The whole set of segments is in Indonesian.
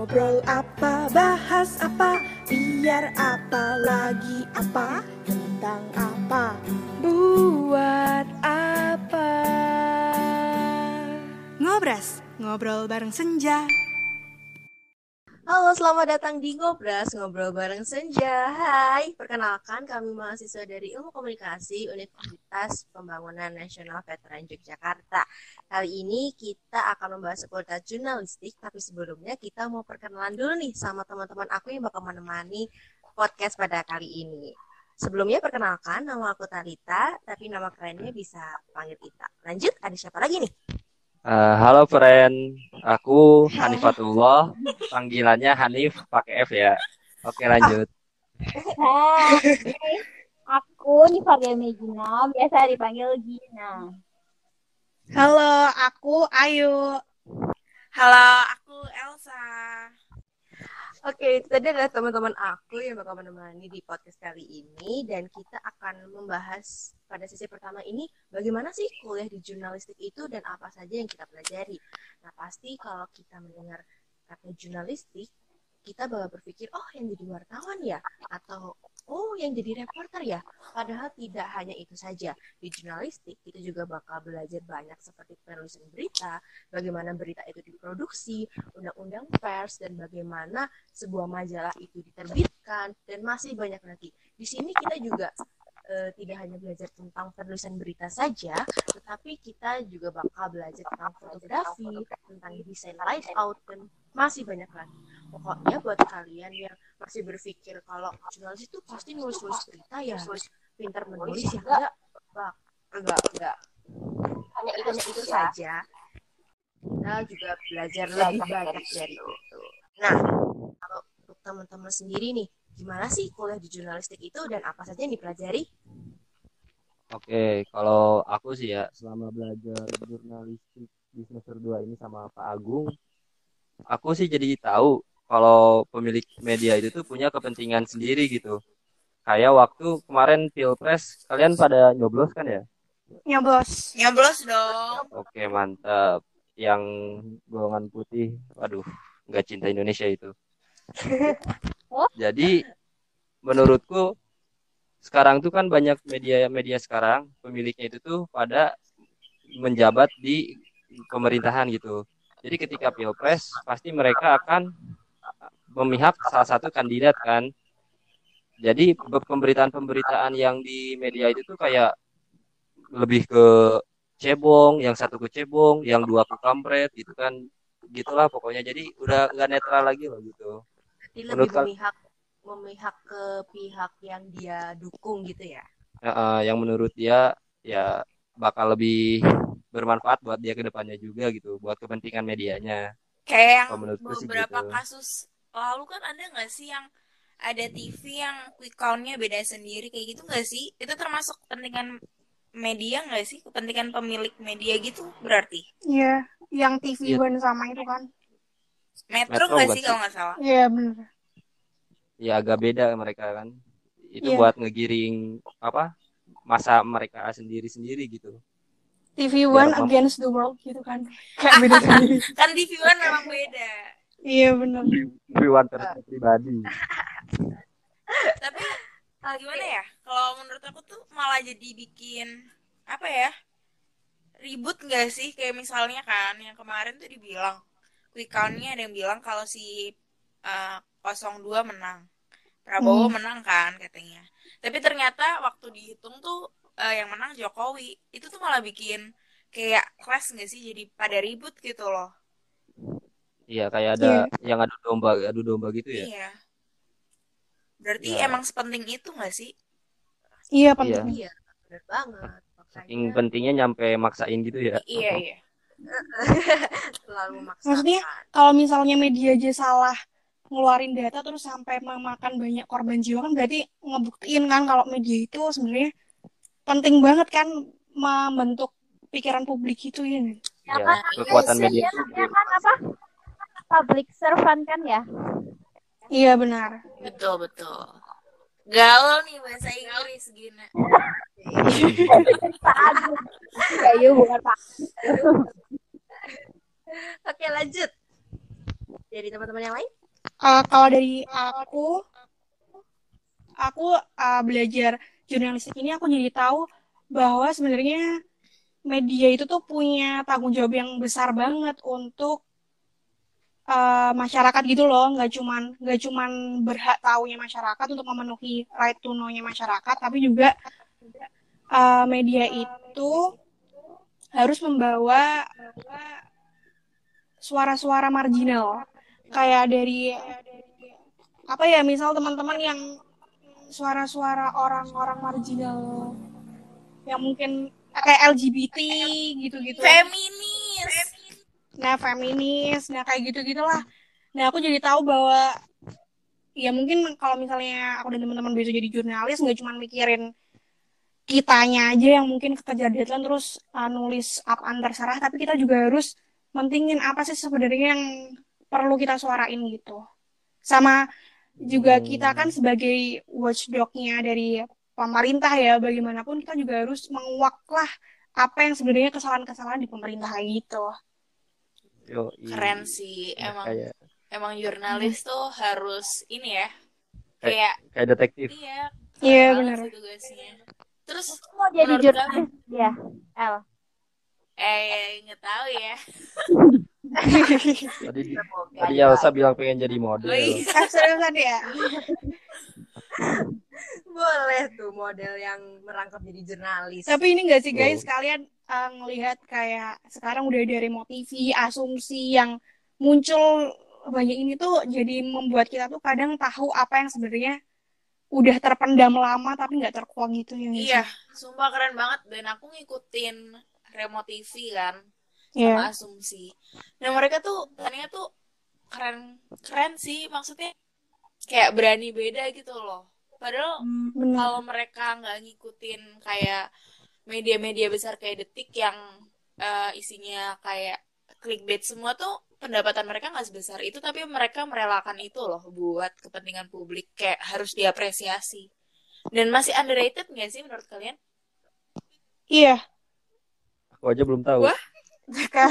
Ngobrol apa, bahas apa, biar apa lagi apa, tentang apa, buat apa. Ngobras, ngobrol bareng Senja. Halo, selamat datang di Ngobras, ngobrol bareng Senja. Hai, perkenalkan kami mahasiswa dari Ilmu Komunikasi Universitas Pembangunan Nasional Veteran Yogyakarta. Kali ini kita akan membahas seputar jurnalistik, tapi sebelumnya kita mau perkenalan dulu nih sama teman-teman aku yang bakal menemani podcast pada kali ini. Sebelumnya perkenalkan, nama aku Talita, tapi nama kerennya bisa panggil Ita. Lanjut, ada siapa lagi nih? Halo friend, aku Hanifatullah, panggilannya Hanif pakai F ya. Oke lanjut. Hai, aku Nifaria Megina, biasa dipanggil Gina. Halo, aku Ayu. Halo, aku Elsa. Oke, itu tadi adalah teman-teman aku yang bakal menemani di podcast kali ini, dan kita akan membahas pada sesi pertama ini bagaimana sih kuliah di jurnalistik itu dan apa saja yang kita pelajari. Nah, pasti kalau kita mendengar kata jurnalistik, kita bakal berpikir, oh yang jadi wartawan ya, atau oh yang jadi reporter ya. Padahal tidak hanya itu saja. Di jurnalistik kita juga bakal belajar banyak seperti penulisan berita, bagaimana berita itu diproduksi, undang-undang pers, dan bagaimana sebuah majalah itu diterbitkan, dan masih banyak lagi. Di sini kita juga tidak hanya belajar tentang penulisan berita saja, tetapi kita juga bakal belajar tentang fotografi, tentang desain layout, dan masih banyak lagi. Pokoknya buat kalian yang masih berpikir kalau jurnalis itu pasti nulis-nulis berita ya harus pintar menulis ya, enggak. Hanya itu saja. Kita juga belajar lebih banyak dari itu. Nah, kalau untuk teman-teman sendiri nih, gimana sih kuliah di jurnalistik itu dan apa saja yang dipelajari? Oke, kalau aku sih ya selama belajar jurnalistik di semester 2 ini sama Pak Agung, aku sih jadi tahu kalau pemilik media itu tuh punya kepentingan sendiri gitu. Kayak waktu kemarin Pilpres, kalian pada nyoblos kan ya? Nyoblos dong. Oke, mantap. Yang golongan putih, waduh, nggak cinta Indonesia itu. Jadi menurutku sekarang tuh kan banyak media sekarang pemiliknya itu tuh pada menjabat di pemerintahan gitu. Jadi ketika Pilpres pasti mereka akan memihak salah satu kandidat kan. Jadi pemberitaan-pemberitaan yang di media itu tuh kayak lebih ke cebong, yang satu ke cebong, yang dua ke kampret gitu kan. Gitulah pokoknya. Jadi udah nggak netral lagi loh gitu. Jadi lebih memihak ke pihak yang dia dukung gitu ya. Yang menurut dia ya bakal lebih bermanfaat buat dia ke depannya juga gitu, buat kepentingan medianya. Kayak Kalau yang menurutku sih beberapa gitu. kasus lalu kan ada nggak sih yang ada TV yang quick count-nya beda sendiri kayak gitu nggak sih? Itu termasuk kepentingan media nggak sih? Kepentingan pemilik media gitu berarti? Iya, yang TV Iya, One sama itu kan. Metro Metro nggak bukan sih sih? kalau nggak salah? Iya, bener. Ya agak beda mereka kan. Itu Iya, buat ngegiring apa? Masa mereka sendiri-sendiri gitu. TV Biar One against the world gitu kan. Kayak beda sendiri. Kan TV One memang beda. Iya, bener. everyone versi pribadi. Tapi gimana ya? Kalau menurut aku tuh malah jadi bikin apa ya? Ribut nggak sih? Kayak misalnya kan yang kemarin tuh dibilang quick count-nya ada yang bilang kalau si 02 menang. Prabowo menang kan katanya. Tapi ternyata waktu dihitung tuh yang menang Jokowi. Itu tuh malah bikin kayak clash nggak sih? Jadi pada ribut gitu loh. Iya kayak ada Iya, yang adu domba gitu ya. Iya. Berarti Ya, emang sepenting itu nggak sih? iya iya. penting. Iya, benar banget. Saking Makanya pentingnya nyampe maksain gitu ya. Iya. selalu Maksudnya memaksakan. kalau misalnya media aja salah ngeluarin data terus sampai memakan banyak korban jiwa kan berarti ngebuktiin kan kalau media itu sebenarnya penting banget kan membentuk pikiran publik itu ya. Ya Ya, kan, kekuatan media dia itu namanya kan apa? Public servant kan ya? Iya, benar. Betul. Gaul nih bahasa Inggris gini. Pak Agung. Ya, iya bukan Pak. Oke, lanjut. dari teman-teman yang lain? Kalau dari aku belajar jurnalistik ini aku jadi tahu bahwa sebenarnya media itu tuh punya tanggung jawab yang besar banget untuk masyarakat gitu loh, nggak cuman berhak taunya masyarakat untuk memenuhi right to know-nya masyarakat, tapi juga media itu harus membawa suara-suara marginal, kayak dari apa ya, misal teman-teman yang suara-suara orang-orang marginal yang mungkin kayak LGBT gitu-gitu. Feminis. Nah, feminis, nah kayak gitu-gitulah. Nah, aku jadi tahu bahwa ya mungkin kalau misalnya aku dan teman-teman bisa jadi jurnalis, nggak cuma mikirin kitanya aja yang mungkin kekejar deadline terus nulis up antar sarah, tapi kita juga harus mentingin apa sih sebenarnya yang perlu kita suarain gitu. Sama juga kita kan sebagai watchdog-nya dari pemerintah ya, bagaimanapun kita juga harus menguak lah apa yang sebenarnya kesalahan-kesalahan di pemerintah kayak gitu. Keren sih, kayak emang jurnalis tuh harus ini ya, kayak kayak detektif. iya, Iya, keren benar. banget sih tugasnya. Terus Mau jadi menurut jurnalis ya, El. nggak tahu ya. Tadi Elsa bilang pengen jadi model. Oh iya. Seriusan ya? Boleh tuh model yang merangkap jadi jurnalis. Tapi ini nggak sih guys, kalian ngelihat kayak sekarang udah ada remote TV, asumsi yang muncul banyak ini tuh jadi membuat kita tuh kadang tahu apa yang sebenarnya udah terpendam lama tapi nggak terkuak gitu ya nggak Iya, sih? sumpah keren banget. Dan aku ngikutin Remote TV kan, Iya. sama Asumsi. Dan mereka tuh tadinya tuh keren sih. Maksudnya kayak berani beda gitu loh. Padahal Benar. kalau mereka nggak ngikutin kayak media-media besar kayak Detik yang isinya kayak clickbait semua tuh, pendapatan mereka nggak sebesar itu, tapi mereka merelakan itu loh buat kepentingan publik, kayak harus diapresiasi. Dan masih underrated nggak sih menurut kalian? Iya. Aku aja belum tahu. Wah. Kan.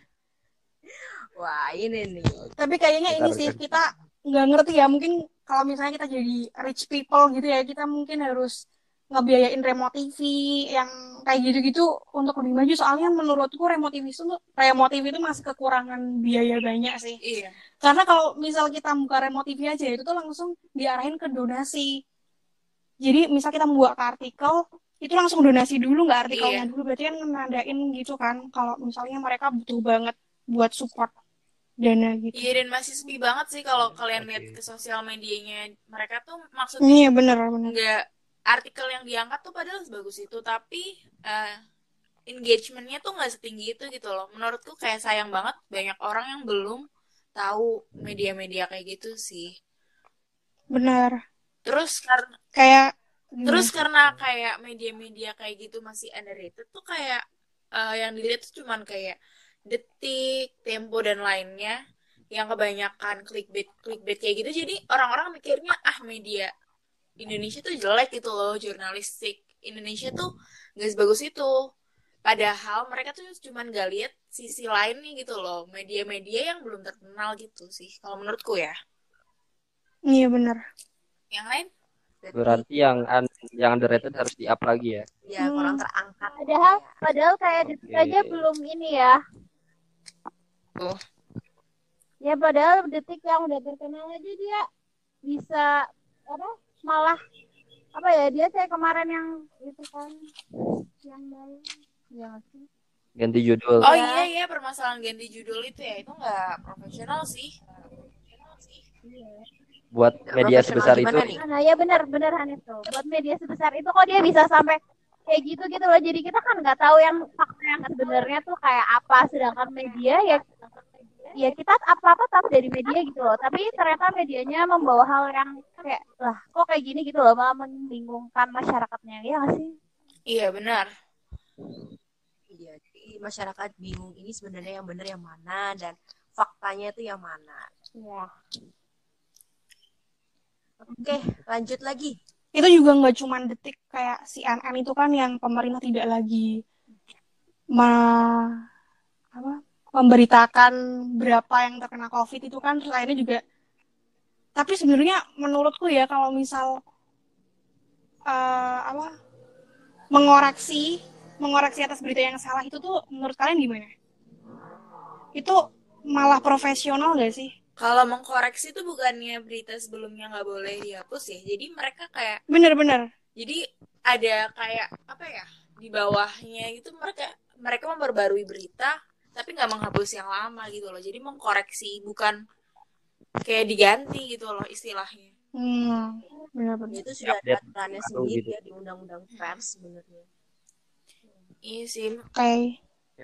Wah, ini nih. Tapi kayaknya ini sih kita nggak ngerti ya, mungkin kalau misalnya kita jadi rich people gitu ya, kita mungkin harus ngebiayain remote TV yang kayak gitu-gitu untuk lebih maju. Soalnya menurutku remote TV itu masih kekurangan biaya banyak sih. Iya. Karena kalau misal kita buka remote TV aja itu tuh langsung diarahin ke donasi. Jadi misal kita membuat artikel itu langsung donasi dulu, nggak artikelnya dulu. Berarti kan nandain gitu kan kalau misalnya mereka butuh banget buat support dana gitu. Iya, dan masih sepi banget sih kalau kalian lihat ke sosial medianya mereka tuh, maksudnya Iya bener. nggak, artikel yang diangkat tuh padahal sebagus itu, tapi engagementnya tuh nggak setinggi itu gitu loh. Menurutku kayak sayang banget banyak orang yang belum tahu media-media kayak gitu sih. Benar. Terus karena kayak media-media kayak gitu masih underrated tuh, kayak yang dilihat tuh cuman kayak Detik, Tempo dan lainnya yang kebanyakan clickbait kayak gitu. Jadi orang-orang mikirnya media Indonesia tuh jelek gitu loh, jurnalistik Indonesia tuh gak sebagus itu. Padahal mereka tuh cuman gak lihat sisi lainnya gitu loh, media-media yang belum terkenal gitu sih kalau menurutku ya. Iya benar. Yang lain? Berarti yang underrated harus di-up lagi ya. Ya, kurang terangkat. Padahal kayak Detik aja belum ini ya. Oh. Ya padahal Detik yang udah terkenal aja dia bisa malah dia kayak kemarin yang itu kan yang mau Ganti judul. Oh iya, permasalahan ganti judul itu ya, itu nggak profesional sih. Buat media sebesar itu. Nah ya benar Hanif tuh. Buat media sebesar itu kok dia bisa sampai kayak gitu loh. Jadi kita kan nggak tahu yang fakta yang sebenarnya tuh kayak apa. Sedangkan media ya kita apa-apa tahu dari media gitu loh. Tapi ternyata medianya membawa hal yang kayak kok kayak gini gitu loh, malah membingungkan masyarakatnya, ya nggak sih? Iya benar. Iya, jadi masyarakat bingung ini sebenarnya yang benar yang mana dan faktanya itu yang mana. Iya. Oke, lanjut lagi. Itu juga nggak cuma Detik, kayak CNN itu kan yang pemerintah tidak lagi memberitakan berapa yang terkena COVID itu kan, terus akhirnya juga. Tapi sebenarnya menurutku ya kalau misal apa mengoreksi atas berita yang salah itu tuh menurut kalian gimana? Itu malah profesional gak sih? Kalau mengkoreksi itu bukannya berita sebelumnya nggak boleh dihapus ya. Jadi mereka kayak, Bener-bener. jadi ada kayak apa ya, di bawahnya itu mereka memperbarui berita tapi nggak menghapus yang lama gitu loh. Jadi mengkoreksi, bukan kayak diganti gitu loh istilahnya. Benar-benar. Itu sudah ada Update aturannya baru sendiri gitu. ya di undang-undang pers sebenarnya. Iya sih. Oke.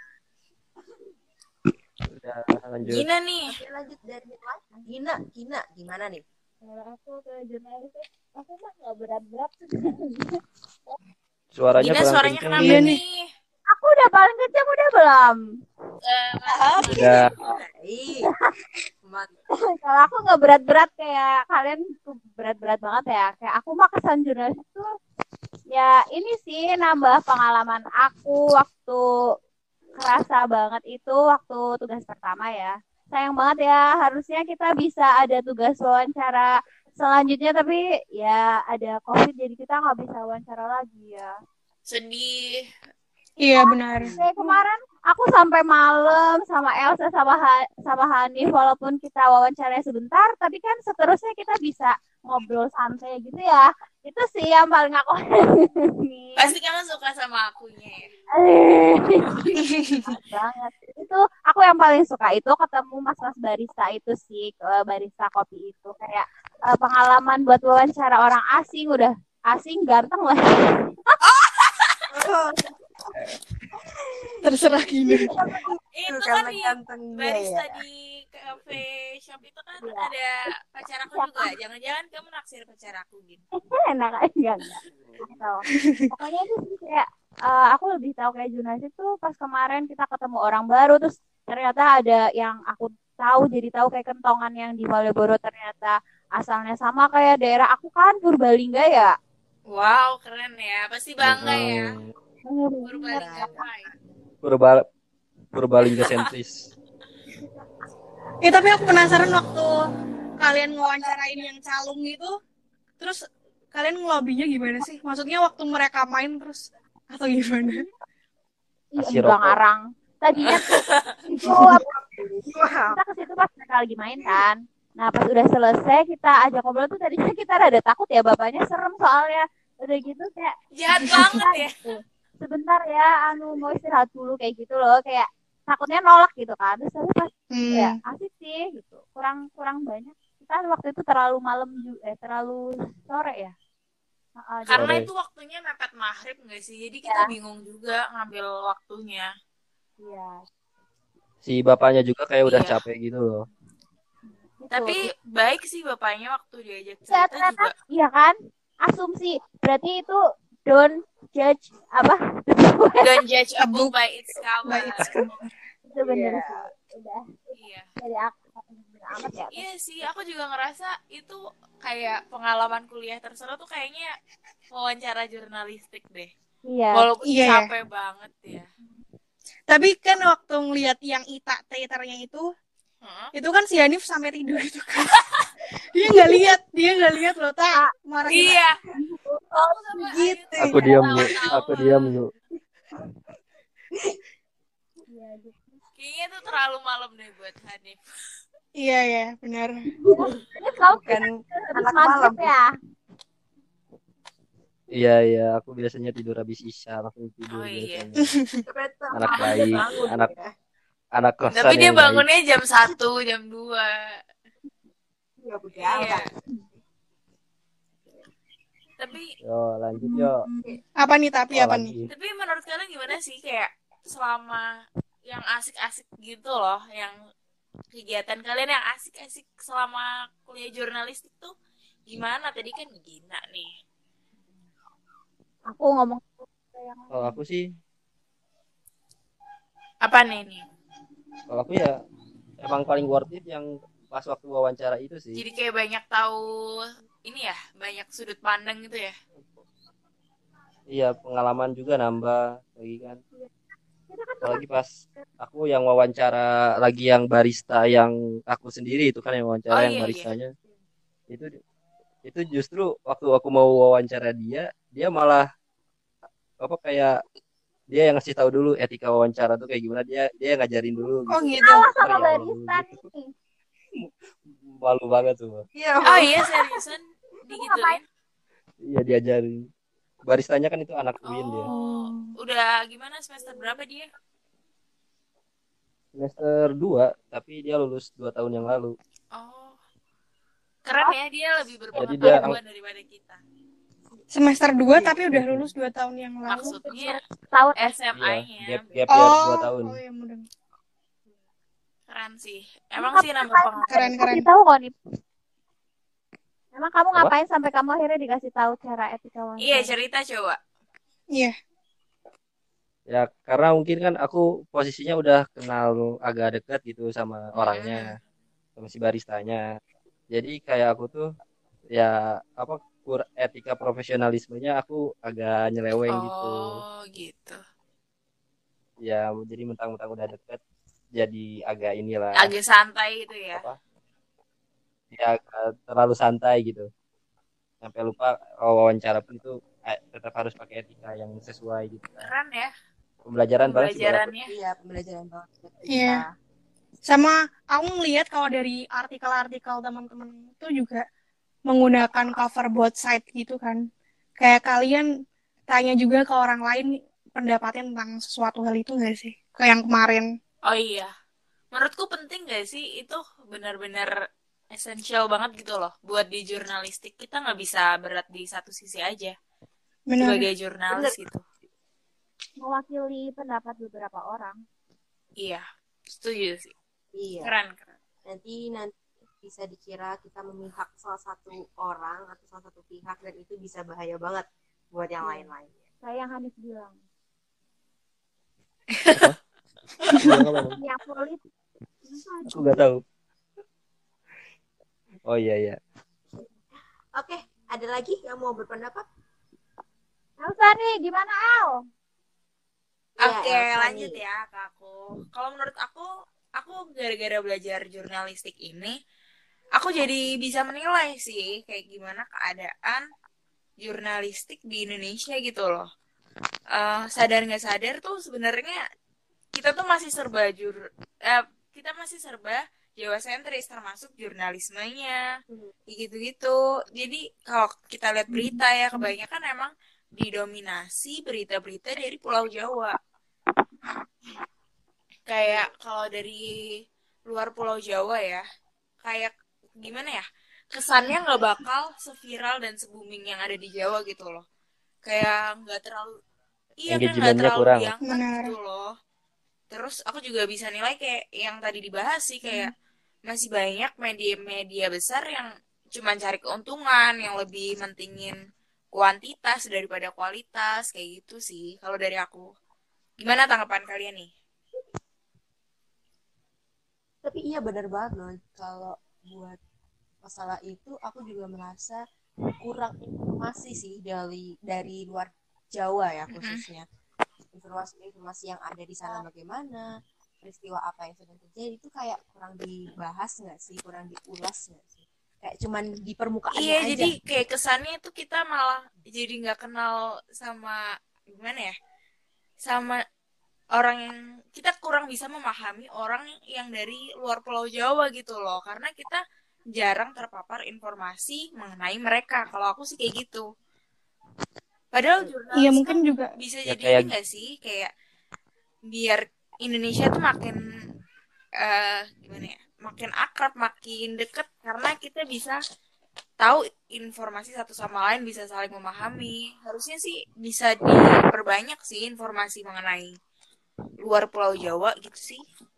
Udah lanjut. Gina nih. Oke, lanjut dari Gina gimana nih? Kalau aku ke jurnalistik, aku mah nggak berat-berat sih. Suaranya Gina kurang suaranya kenceng. kenapa Iya nih? Aku udah paling kencang udah belum? Udah. Baik. Mantap. Kalau aku nggak berat-berat kayak kalian tuh berat-berat banget ya. Kayak aku mah kesan jurnalis itu ya ini sih nambah pengalaman aku waktu kerasa banget itu waktu tugas pertama ya. Sayang banget ya, harusnya kita bisa ada tugas wawancara selanjutnya tapi ya ada COVID jadi kita nggak bisa wawancara lagi ya. Sedih. Iya benar. Kayak kemarin aku sampai malam sama Elsa sama Hanif walaupun kita wawancaranya sebentar tapi kan seterusnya kita bisa ngobrol santai gitu ya. Itu sih yang paling aku Pasti kamu suka sama akunya ya. banget. Itu aku yang paling suka itu ketemu mas-mas barista itu sih, barista kopi itu kayak pengalaman buat wawancara orang asing udah asing ganteng lah. Terserah gini. Itu karena kan di gantengnya barista ya. di cafe shop itu kan Iya. ada pacar aku juga. Jangan-jangan kamu naksir pacar aku gitu. Enak enggak. Tahu. Pokoknya itu sih kayak aku lebih tahu kayak jurnalis itu pas kemarin kita ketemu orang baru terus ternyata ada yang aku tahu jadi tahu kayak kentongan yang di Malioboro ternyata asalnya sama kayak daerah aku kan Purbalingga ya. Wow, keren ya. Pasti bangga ya. Purbalingga. Purbalingga. Purbalingga sentris. Tapi aku penasaran waktu kalian ngewawancarain yang calung itu, terus kalian ngelobinya gimana sih? Maksudnya waktu mereka main terus atau gimana? Kasih Enggak rokok. ngarang. Tadinya kita ke situ pas mereka lagi main kan. Nah pas udah selesai kita ajak ngobrol tuh tadinya kita rada takut ya bapaknya serem soalnya udah gitu kayak Jahat banget ya. gitu. Sebentar ya mau istirahat dulu kayak gitu loh kayak takutnya nolak gitu kan terus tapi pas ya asik sih gitu kurang banyak kita waktu itu terlalu malam terlalu sore ya. Karena Sore. itu waktunya mepet maghrib nggak sih? Jadi kita bingung juga ngambil waktunya. Iya. Si bapaknya juga kayak udah Iya. capek gitu loh. Gitu. Tapi baik sih bapaknya waktu diajak Saya cerita ternyata juga. iya kan asumsi berarti itu don't judge apa Don't judge a book by its cover. itu bener sih udah Iya. dari aku amat ya Iya sih, aku juga ngerasa itu kayak pengalaman kuliah terseru tuh kayaknya wawancara jurnalistik deh. iya Walaupun Iya, ya. capek banget ya. Tapi kan waktu ngeliat yang Ita teaternya itu kan si Hanif sampai tidur itu kan. dia nggak lihat loh tak marah kita. Iya. Aku sama Gitu. Ayu Aku tuh diam ketawa-tawa. yuk. Aku diam yuk. Kayaknya tuh terlalu malam deh buat Hanif. Iya ya benar. ini kau Bukan habis anak maghrib malam. ya Iya, aku biasanya tidur habis isya, langsung tidur Oh iya. biasanya. Anak baik, Bangun anak- ya. Anak kosan Tapi dia yang baik. bangunnya jam 1, jam 2. Nggak Iya. begadang. Tapi Yo, lanjut yo. Apa nih tapi Oh, apa nih? lagi. tapi menurut kalian gimana sih kayak selama yang asik-asik gitu loh, yang kegiatan kalian yang asik-asik selama kuliah jurnalistik tuh gimana? Tadi kan Gina nih. aku ngomong Kalau aku sih, Apa nih nih? kalau aku ya emang paling worth it yang pas waktu wawancara itu sih. Jadi kayak banyak tahu ini ya, banyak sudut pandang gitu ya. Iya, pengalaman juga nambah lagi kan. Apalagi pas aku yang wawancara lagi yang barista yang aku sendiri itu kan yang Oh wawancara yang iya iya. baristanya itu itu justru waktu aku mau wawancara dia malah apa kayak dia yang ngasih tahu dulu etika wawancara tuh kayak gimana dia yang ngajarin dulu Oh gitu. gitu. Kalah Ntar sama ya Allah barista gitu. nih. Malu banget tuh. Iya, Oh iya seriusan Kamu digituin. ngapain? Iya diajarin. Baristanya kan itu anak UIN dia. Oh, udah gimana semester berapa dia? Semester 2 tapi dia lulus 2 tahun yang lalu. Oh, keren ya dia lebih Jadi dia berpengetahuan daripada kita. Semester 2 Iya. tapi udah lulus 2 tahun yang lalu. Maksudnya Tahun iya, SMA-nya gap year 2 Oh, tahun. oh ya mudah. keren sih. Emang kamu sih nambah ngapain? pengetahuan. Keren keren. Kasih tahu kok nih. Emang kamu Apa? ngapain sampai kamu akhirnya dikasih tahu cara etika wawancara? Iya cerita coba. Iya. Ya karena mungkin kan aku posisinya udah kenal agak dekat gitu sama orangnya, sama si baristanya. Jadi kayak aku tuh ya apa etika profesionalismenya aku agak nyeleweng gitu. Oh gitu. Ya jadi mentang-mentang udah deket jadi agak inilah Agak santai gitu ya. apa? Ya agak terlalu santai gitu. Sampai lupa wawancara pun itu tetap harus pakai etika yang sesuai gitu kan. Keren ya Pembelajaran banget sih buat aku. pembelajarannya. Iya, pembelajaran banget buat kita. Iya. Sama aku ngeliat kalau dari artikel-artikel teman-teman itu juga menggunakan cover both side gitu kan. Kayak kalian tanya juga ke orang lain pendapatnya tentang sesuatu hal itu nggak sih? Kayak yang kemarin. Oh iya. Menurutku penting gak sih itu benar-benar esensial banget gitu loh buat di jurnalistik. Kita nggak bisa berat di satu sisi aja Benar. sebagai jurnalis gitu. Mewakili pendapat beberapa orang. Iya, setuju sih. Iya. Keren. Nanti bisa dikira kita memihak salah satu orang atau salah satu pihak dan itu bisa bahaya banget buat yang lain-lainnya. Kayak yang Hanif bilang. Yang politik. Aku nggak tahu. Oh iya. Oke, ada lagi yang mau berpendapat? Elsa nih, gimana El? Oke, Elsa lanjut nih. ya ke aku. Kalau menurut aku gara-gara belajar jurnalistik ini, aku jadi bisa menilai sih kayak gimana keadaan jurnalistik di Indonesia gitu loh. Sadar nggak sadar tuh sebenarnya kita tuh masih kita masih serba Jawa sentris termasuk jurnalismenya gitu-gitu. Jadi kalau kita lihat berita ya kebanyakan emang didominasi berita-berita dari Pulau Jawa. Kayak kalau dari luar Pulau Jawa ya, kayak gimana ya? Kesannya nggak bakal seviral dan se-booming yang ada di Jawa gitu loh. Kayak nggak terlalu kan nggak Engagementnya terlalu kurang. diangkat Benar. gitu loh. Terus aku juga bisa nilai kayak yang tadi dibahas sih kayak masih banyak media-media besar yang cuma cari keuntungan, yang lebih mentingin kuantitas daripada kualitas kayak gitu sih kalau dari aku. Gimana tanggapan kalian nih? Tapi iya benar banget loh, kalau buat masalah itu aku juga merasa kurang informasi sih dari luar Jawa ya khususnya. Informasi yang ada di sana bagaimana, peristiwa apa yang sedang terjadi itu kayak kurang dibahas nggak sih, kurang diulas nggak sih? Kayak cuman di permukaannya Iya, aja. jadi kayak kesannya itu kita malah jadi nggak kenal sama gimana ya, sama orang yang kita kurang bisa memahami orang yang dari luar Pulau Jawa gitu loh, karena kita jarang terpapar informasi mengenai mereka. Kalau aku sih kayak gitu. Padahal jurnalis Iya mungkin kan juga. bisa Ya, jadi kayak- ini nggak sih kayak biar Indonesia tuh makin gimana ya, makin akrab, makin deket karena kita bisa tahu informasi satu sama lain, bisa saling memahami. Harusnya sih bisa diperbanyak sih informasi mengenai luar Pulau Jawa gitu sih.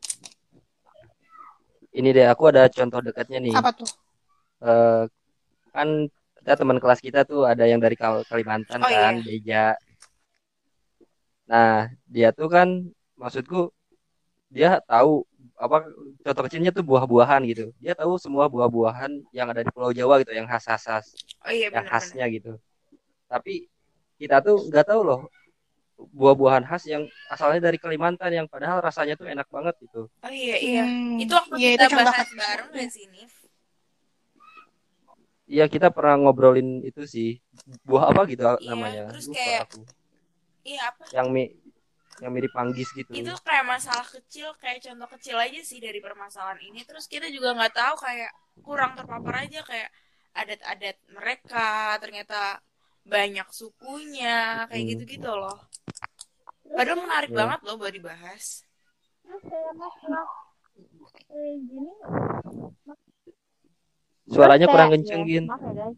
Ini deh aku ada contoh dekatnya nih. Apa tuh? Eh, kan ada teman kelas kita tuh ada yang dari Kalimantan Oh, kan, iya. Beja. Nah, dia tuh kan maksudku dia tahu apa contoh kecilnya tuh buah-buahan gitu. Dia tahu semua buah-buahan yang ada di Pulau Jawa gitu, yang khas-khas Oh iya yang benar-benar. khasnya gitu. Tapi kita tuh nggak tahu loh buah-buahan khas yang asalnya dari Kalimantan yang padahal rasanya tuh enak banget gitu. Oh iya. Itu waktu Iya, kita itu contoh bahas kecil. bareng gak sih, Nif? Iya, kita pernah ngobrolin itu sih. Buah apa gitu Iya, namanya? terus Lupa kayak aku. iya apa? Yang mirip manggis gitu. Itu kayak masalah kecil, kayak contoh kecil aja sih dari permasalahan ini. Terus kita juga nggak tahu, kayak kurang terpapar aja, kayak adat-adat mereka ternyata banyak sukunya, kayak Hmm. gitu-gitu loh. Padahal menarik Iya. banget loh buat dibahas. Terus kayak masalah kayak gini. Suaranya Terus kurang kayak, kenceng, ya, Gin. maaf ya guys.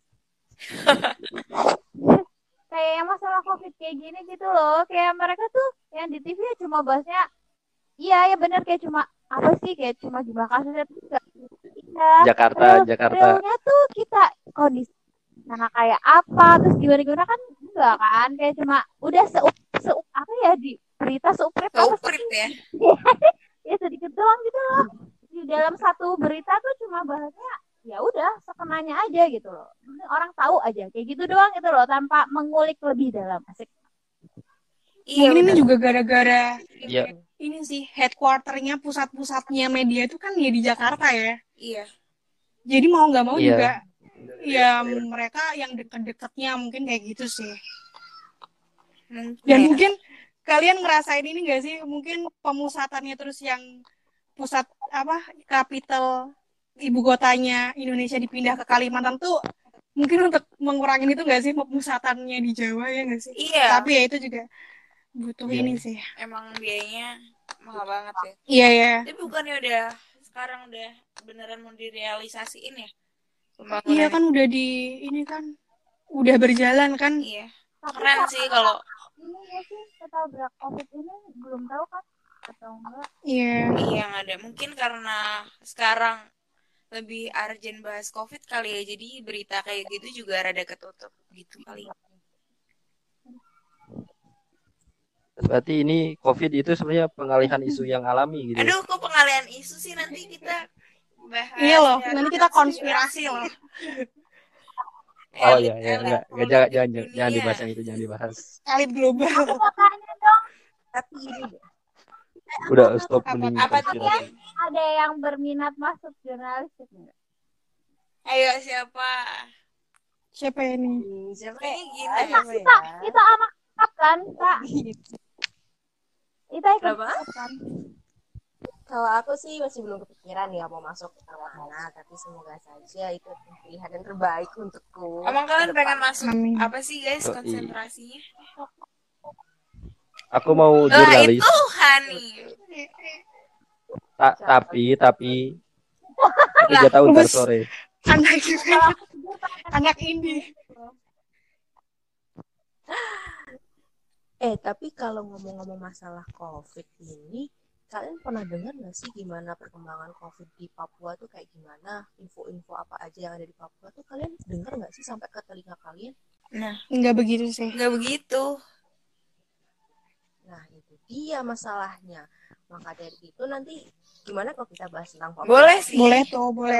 Kayak yang masalah COVID kayak gini gitu loh. Kayak mereka tuh yang di TV ya cuma bahasnya, iya ya bener, kayak cuma apa sih, kayak cuma jumlah kasusnya tuh enggak. Iya, Jakarta. realnya tuh kita kondisi sana kayak apa, terus gimana kan enggak kan, kayak cuma udah apa ya, di berita seuprep apa Seuprep ya. ya sedikit doang gitu loh. Di dalam satu berita tuh cuma bahasnya ya udah sekenanya aja gitu loh. Orang tahu aja kayak gitu doang gitu loh, tanpa mengulik lebih dalam. Asik. Iya, Mungkin ini bener. juga gara-gara Iya. ini sih headquarternya, pusat-pusatnya media itu kan ya di Jakarta ya. Iya. Jadi mau nggak mau Iya. juga ya mereka yang deket-deketnya mungkin kayak gitu sih. Mungkin Dan ya. mungkin kalian ngerasain ini nggak sih? Mungkin pemusatannya terus yang pusat apa capital ibu kotanya Indonesia dipindah ke Kalimantan tuh mungkin untuk mengurangi itu nggak sih pemusatannya di Jawa, ya nggak sih? Iya, Tapi ya itu juga butuh Iya. ini sih. emang biayanya mahal banget ya. Iya ya. Tapi bukannya udah sekarang udah beneran mau direalisasiin ya Iya pembangunan? kan udah ini kan udah berjalan kan. Iya. Tapi Keren sih kalau ini ya sih ketabrak COVID ini belum tahu kan atau enggak. Iya. iya nggak ada. Mungkin karena sekarang lebih urgent bahas COVID kali ya, jadi berita kayak gitu juga rada ketutup gitu kali. Berarti ini COVID itu sebenarnya pengalihan isu yang alami gitu. Aduh, kok pengalihan isu sih, nanti kita bahas. Iya loh, ya, nanti kita konspirasi loh. Oh Elit- iya, elit jangan politik jangan dunia. dibahas yang itu, jangan dibahas. Elit global. Makanya dong, Tapi ini deh, Udah stop Apa- mending apa tuh, konspirasi. ada yang berminat masuk jurnalistik enggak? Ayo siapa? Siapa ini? siapa Kayaknya gini ya? ya. Kita anak tetap kan, Kak? Kita ikut Kenapa? tetap kan? Kalau aku sih masih belum kepikiran ya mau masuk ke mana, tapi semoga saja itu pilihan yang terbaik untukku. Emang kalian pengen masuk Amin. apa sih guys Oh, iya. konsentrasinya? Aku mau Lah jurnalis, itu Hani. tapi aku 3 tahun ntar sore. Anak ini. Tapi kalau ngomong-ngomong masalah COVID ini, kalian pernah dengar nggak sih gimana perkembangan COVID di Papua tuh kayak gimana? Info-info apa aja yang ada di Papua tuh kalian dengar nggak sih sampai ke telinga kalian? Enggak begitu sih. Nggak begitu. Nah, itu dia masalahnya. Maka dari itu nanti gimana kalau kita bahas tentang Papua? Boleh sih. Boleh tuh, boleh.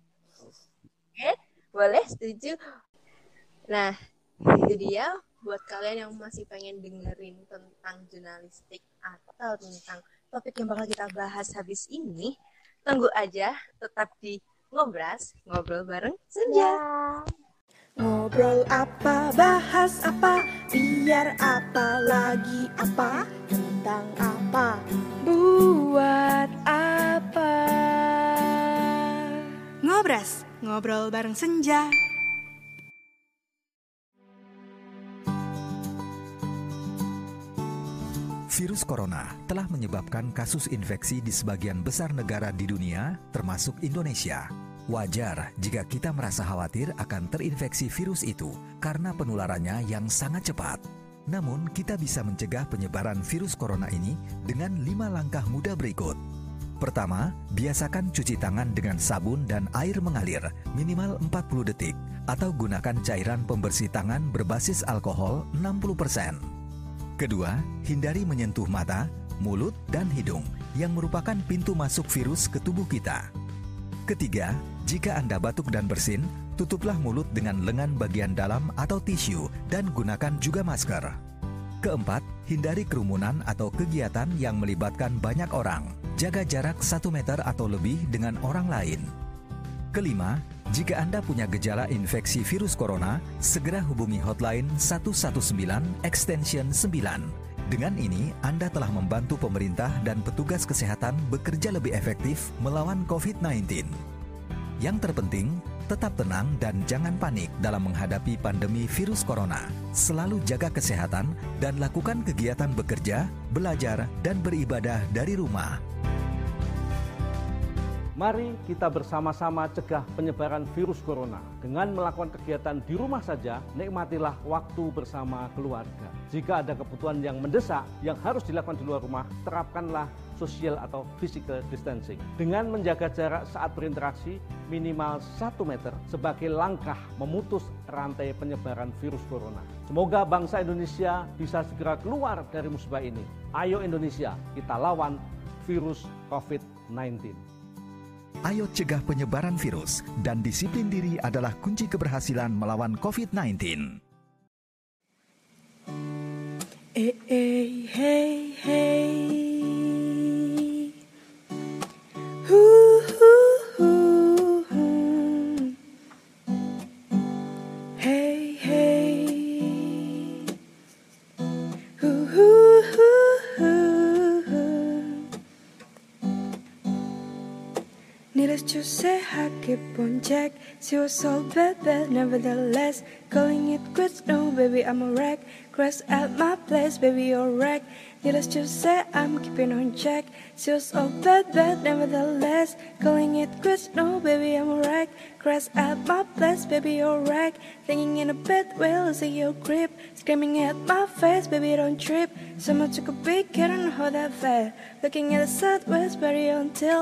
Boleh, setuju. Nah, itu dia buat kalian yang masih pengen dengerin tentang jurnalistik atau tentang topik yang bakal kita bahas habis ini, tunggu aja, tetap di Ngobras, ngobrol bareng Senja. Ngobrol apa, bahas apa, biar apa lagi apa, tentang apa, buat apa. Ngobras, ngobrol bareng Senja. Virus corona telah menyebabkan kasus infeksi di sebagian besar negara di dunia, termasuk Indonesia. Wajar jika kita merasa khawatir akan terinfeksi virus itu karena penularannya yang sangat cepat. Namun, kita bisa mencegah penyebaran virus corona ini dengan 5 langkah mudah berikut. Pertama, biasakan cuci tangan dengan sabun dan air mengalir minimal 40 detik atau gunakan cairan pembersih tangan berbasis alkohol 60%. Kedua, hindari menyentuh mata, mulut, dan hidung yang merupakan pintu masuk virus ke tubuh kita. Ketiga, jika Anda batuk dan bersin, tutuplah mulut dengan lengan bagian dalam atau tisu dan gunakan juga masker. Keempat, hindari kerumunan atau kegiatan yang melibatkan banyak orang. Jaga jarak 1 meter atau lebih dengan orang lain. Kelima, jika Anda punya gejala infeksi virus corona, segera hubungi hotline 119 extension 9. Dengan ini, Anda telah membantu pemerintah dan petugas kesehatan bekerja lebih efektif melawan COVID-19. Yang terpenting, tetap tenang dan jangan panik dalam menghadapi pandemi virus corona. Selalu jaga kesehatan dan lakukan kegiatan bekerja, belajar, dan beribadah dari rumah. Mari kita bersama-sama cegah penyebaran virus corona. Dengan melakukan kegiatan di rumah saja, nikmatilah waktu bersama keluarga. Jika ada kebutuhan yang mendesak yang harus dilakukan di luar rumah, terapkanlah social atau physical distancing. Dengan menjaga jarak saat berinteraksi minimal 1 meter sebagai langkah memutus rantai penyebaran virus corona. Semoga bangsa Indonesia bisa segera keluar dari musibah ini. Ayo Indonesia, kita lawan virus COVID-19. Ayo cegah penyebaran virus dan disiplin diri adalah kunci keberhasilan melawan COVID-19. Hey, hey, hey, hey. Hey, hey. Needless to say, I keep on check. She was so bad, but nevertheless, calling it quits. No, baby, I'm a wreck. Crash at my place, baby, you're a wreck. Needless to say, I'm keeping on check. She was so bad, but nevertheless, calling it quits. No, baby, I'm a wreck. Crash at my place, baby, you're a wreck. Thinking in a bed, well, see your creep. Screaming at my face, baby, don't trip. Someone took a peek, I don't know how that felt. Looking at the sideways, body until,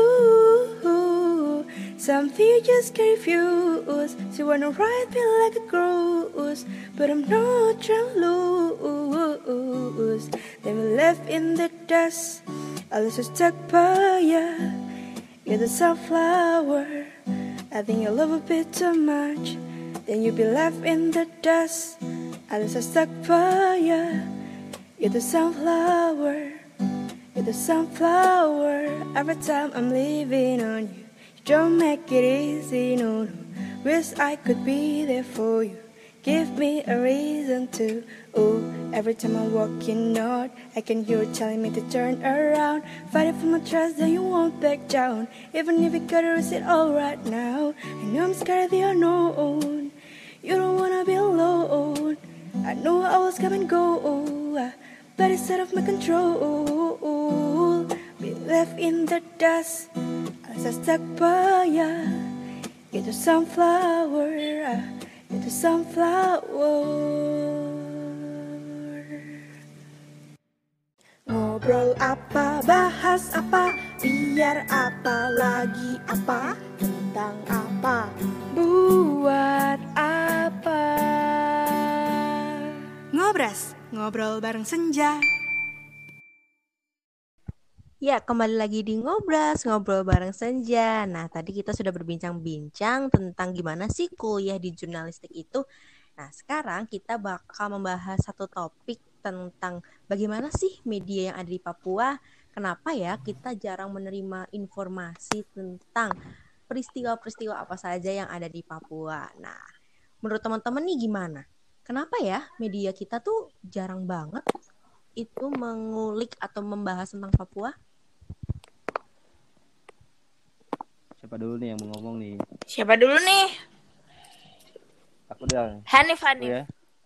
ooh, something you just can't refuse. She wanna ride me like a cruise, but I'm not trying to lose. Then we left in the dust, I was just stuck by ya. You're the sunflower, I think you love a bit too much. Then you'll be left in the dust, I was just stuck by ya. You're the sunflower, you're the sunflower. Every time I'm leaving on you, you don't make it easy, no. Wish I could be there for you. Give me a reason to. Oh, every time I'm walking out, I can hear you telling me to turn around. Fighting for my trust that you won't back down. Even if you gotta risk it all right now. I know I'm scared of the unknown. You don't wanna be alone. I know I was come and go, but it's out of my control. Be left in the dust, I was stuck by ya. You're the sunflower, you're the sunflower. Ngobrol apa, bahas apa, biar apa lagi apa, tentang apa, buat apa. Ngobras, ngobrol bareng Senja. Ya, kembali lagi di Ngobras, ngobrol bareng Senja. Nah, tadi kita sudah berbincang-bincang tentang gimana sih kuliah di jurnalistik itu. Nah, sekarang kita bakal membahas satu topik tentang bagaimana sih media yang ada di Papua. Kenapa ya kita jarang menerima informasi tentang peristiwa-peristiwa apa saja yang ada di Papua. Nah, menurut teman-teman nih gimana? Kenapa ya media kita tuh jarang banget itu mengulik atau membahas tentang Papua? Siapa dulu nih yang mau ngomong nih? Siapa dulu nih? Aku dah. Hanif. Ya.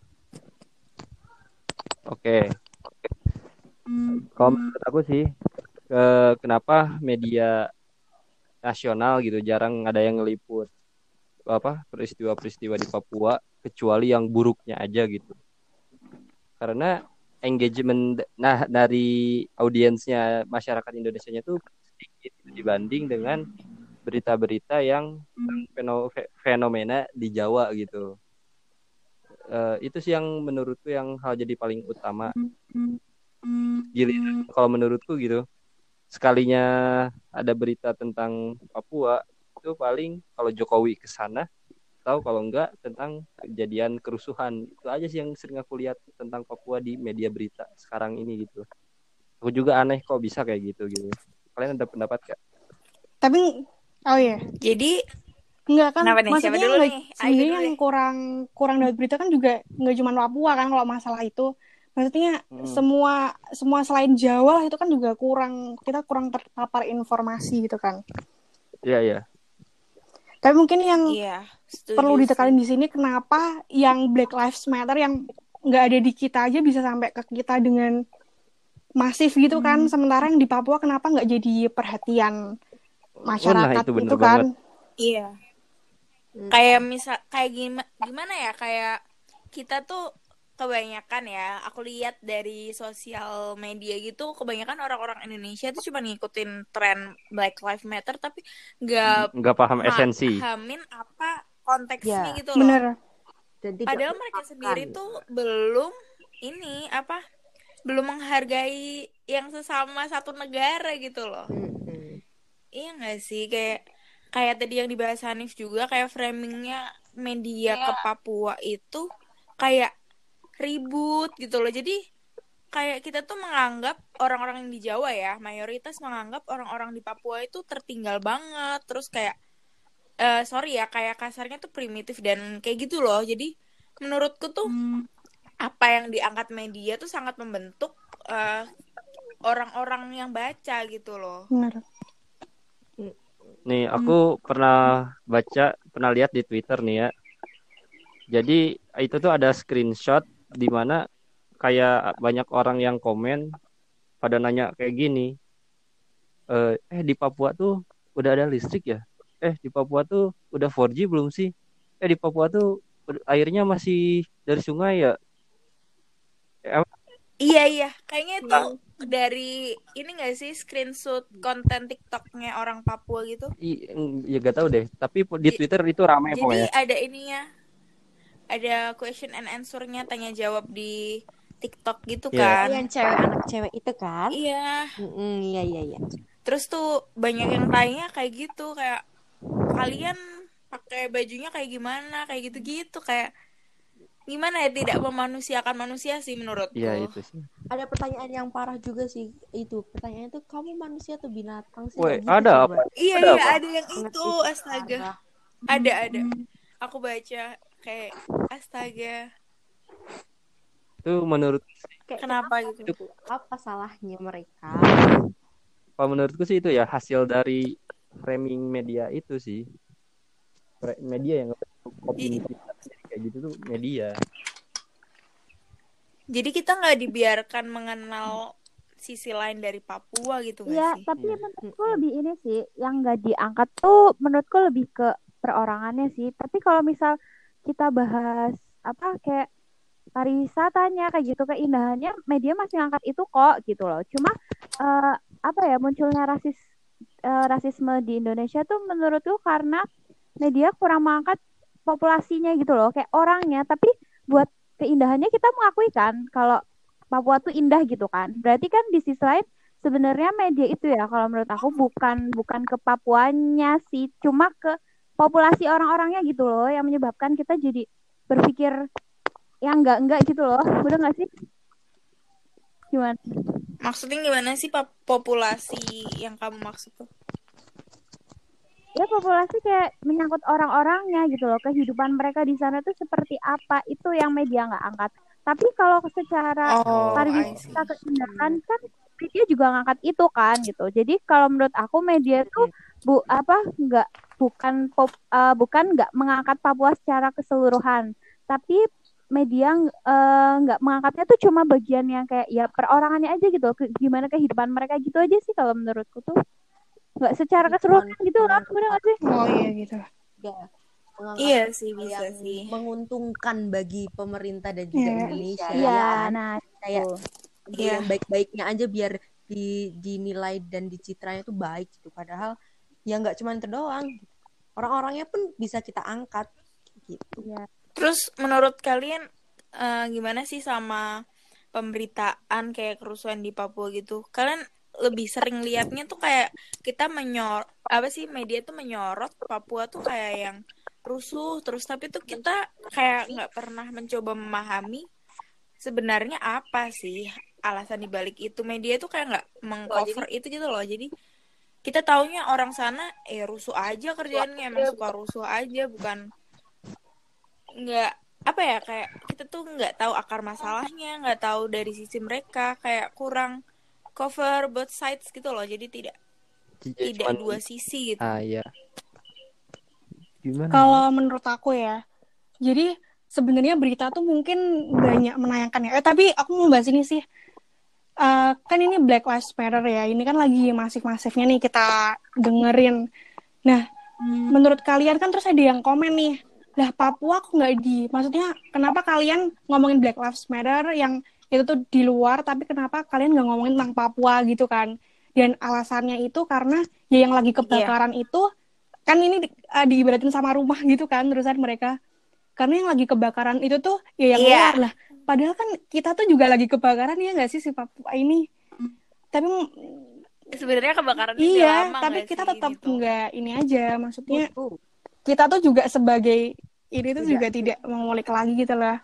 Oke. Kalau menurut aku sih, kenapa media nasional gitu jarang ada yang ngeliput peristiwa-peristiwa di Papua kecuali yang buruknya aja gitu. Karena engagement dari audiensnya masyarakat Indonesianya tuh sedikit dibanding dengan berita-berita yang fenomena di Jawa gitu. Itu sih yang menurutku yang hal jadi paling utama. Giliran kalau menurutku gitu, sekalinya ada berita tentang Papua itu paling kalau Jokowi ke sana tahu, kalau enggak tentang kejadian kerusuhan. Itu aja sih yang sering aku lihat tentang Papua di media berita sekarang ini gitu. Aku juga aneh kok bisa kayak gitu. Kalian ada pendapat gak? Tapi oh iya. Jadi Enggak kan, kenapa nih? Siapa maksudnya dulu nggak, nih? Ayo sebenarnya dulu yang deh. kurang dapat berita kan juga nggak cuma Papua kan kalau masalah itu. Maksudnya semua selain Jawa lah itu kan juga kita kurang terpapar informasi gitu kan. Iya. Tapi mungkin yang Iya, perlu setuju ditekanin sih. di sini, kenapa yang Black Lives Matter yang nggak ada di kita aja bisa sampai ke kita dengan masif gitu kan, sementara yang di Papua kenapa nggak jadi perhatian masyarakat itu bener itu kan? banget. Iya. Kayak gimana ya, kayak kita tuh kebanyakan ya, aku lihat dari sosial media gitu, kebanyakan orang-orang Indonesia tuh cuma ngikutin tren Black Lives Matter tapi nggak paham esensi. pahamin apa konteksnya Ya, gitu loh. Bener. dan tidak Padahal mereka sendiri tuh belum menghargai yang sesama satu negara gitu loh. Iya nggak sih, kayak tadi yang dibahas Hanif juga, kayak framingnya media ke Papua itu kayak ribut gitu loh. Jadi kayak kita tuh menganggap orang-orang yang di Jawa ya, mayoritas menganggap orang-orang di Papua itu tertinggal banget. Terus kayak sorry ya, kayak kasarnya tuh primitif dan kayak gitu loh. Jadi menurutku tuh apa yang diangkat media tuh sangat membentuk orang-orang yang baca gitu loh. Bener. Nih, aku pernah lihat di Twitter nih ya. Jadi itu tuh ada screenshot di mana kayak banyak orang yang komen pada nanya kayak gini. Di Papua tuh udah ada listrik ya? Di Papua tuh udah 4G belum sih? Di Papua tuh airnya masih dari sungai ya? Iya, kayaknya itu dari ini nggak sih, screenshot konten TikToknya orang Papua gitu? Ya gak tahu deh. Tapi di Twitter itu ramai pokoknya. Jadi ada ininya, ada question and answer-nya, tanya jawab di TikTok gitu kan? Yang anak cewek itu kan? Iya. Iya. Terus tuh banyak yang tanya kayak gitu, kayak kalian pakai bajunya kayak gimana, kayak gitu-gitu, kayak gimana ya, tidak memanusiakan manusia sih menurutku. Iya itu sih. Ada pertanyaan yang parah juga sih itu. Pertanyaannya tuh, kamu manusia atau binatang sih? Woi, gitu ada coba. apa? Iya, ada yang itu, astaga. Ada. Aku baca kayak astaga. Itu menurut Kenapa gitu? Apa salahnya mereka? Kalau menurutku sih itu ya hasil dari framing media itu sih. Media yang opini kita kayak gitu tuh media. Jadi kita nggak dibiarkan mengenal sisi lain dari Papua gitu nggak Iya, sih? tapi menurutku lebih ini sih, yang nggak diangkat tuh menurutku lebih ke perorangannya sih. Tapi kalau misal kita bahas kayak pariwisatanya kayak gitu, keindahannya, media masih ngangkat itu kok gitu loh. Cuma munculnya rasisme di Indonesia tuh menurutku karena media kurang mengangkat populasinya gitu loh, kayak orangnya, tapi buat keindahannya kita mengakui kan kalau Papua tuh indah gitu kan. Berarti kan di sisi lain sebenarnya media itu ya, kalau menurut aku bukan ke Papuanya sih, cuma ke populasi orang-orangnya gitu loh, yang menyebabkan kita jadi berpikir yang enggak gitu loh. Udah nggak sih? Gimana? Maksudnya gimana sih populasi yang kamu maksud tuh? Ya populasi kayak menyangkut orang-orangnya gitu loh, kehidupan mereka di sana tuh seperti apa, itu yang media nggak angkat. Tapi kalau secara pariwisata keindahan kan media juga ngangkat itu kan gitu. Jadi kalau menurut aku media tuh bukan nggak mengangkat Papua secara keseluruhan, tapi media nggak mengangkatnya tuh cuma bagian yang kayak ya perorangannya aja gitu, gimana kehidupan mereka gitu aja sih kalau menurutku tuh. Nggak secara keseluruhan gitu loh, bener nggak sih? Oh iya gitu. Ya, iya sih, bisa sih. Menguntungkan bagi pemerintah dan juga Indonesia. Iya, kayak yang baik-baiknya aja biar dinilai dan dicitranya tuh baik gitu. Padahal ya nggak cuma itu doang. Orang-orangnya pun bisa kita angkat gitu. Ya. Terus menurut kalian gimana sih sama pemberitaan kayak kerusuhan di Papua gitu? Kalian lebih sering liatnya tuh kayak kita media tuh menyorot Papua tuh kayak yang rusuh terus, tapi tuh kita kayak nggak pernah mencoba memahami sebenarnya apa sih alasan dibalik itu. Media tuh kayak nggak mengcover itu gitu loh. Jadi kita taunya orang sana rusuh aja kerjaannya, emang suka rusuh aja, bukan nggak apa ya, kayak kita tuh nggak tahu akar masalahnya, nggak tahu dari sisi mereka, kayak kurang cover both sides gitu loh. Jadi tidak Cuman, dua sisi gitu. iya. Gimana? Kalau menurut aku ya, jadi sebenarnya berita tuh mungkin banyak menayangkan ya. Tapi aku mau bahas ini sih. Kan ini Black Lives Matter ya. Ini kan lagi masif-masifnya nih kita dengerin. Nah, menurut kalian kan terus ada yang komen nih. Lah Papua kok nggak maksudnya kenapa kalian ngomongin Black Lives Matter yang itu tuh di luar, tapi kenapa kalian nggak ngomongin tentang Papua gitu kan? Dan alasannya itu karena ya yang lagi kebakaran itu kan ini diibaratin sama rumah gitu kan, terusan mereka karena yang lagi kebakaran itu tuh ya yang luar lah, padahal kan kita tuh juga lagi kebakaran ya nggak sih si Papua ini, tapi sebenarnya kebakaran iya lama, tapi kita tetap gitu. nggak ini aja, maksudnya kita tuh juga sebagai ini tuh juga tidak mengulik lagi gitu lah.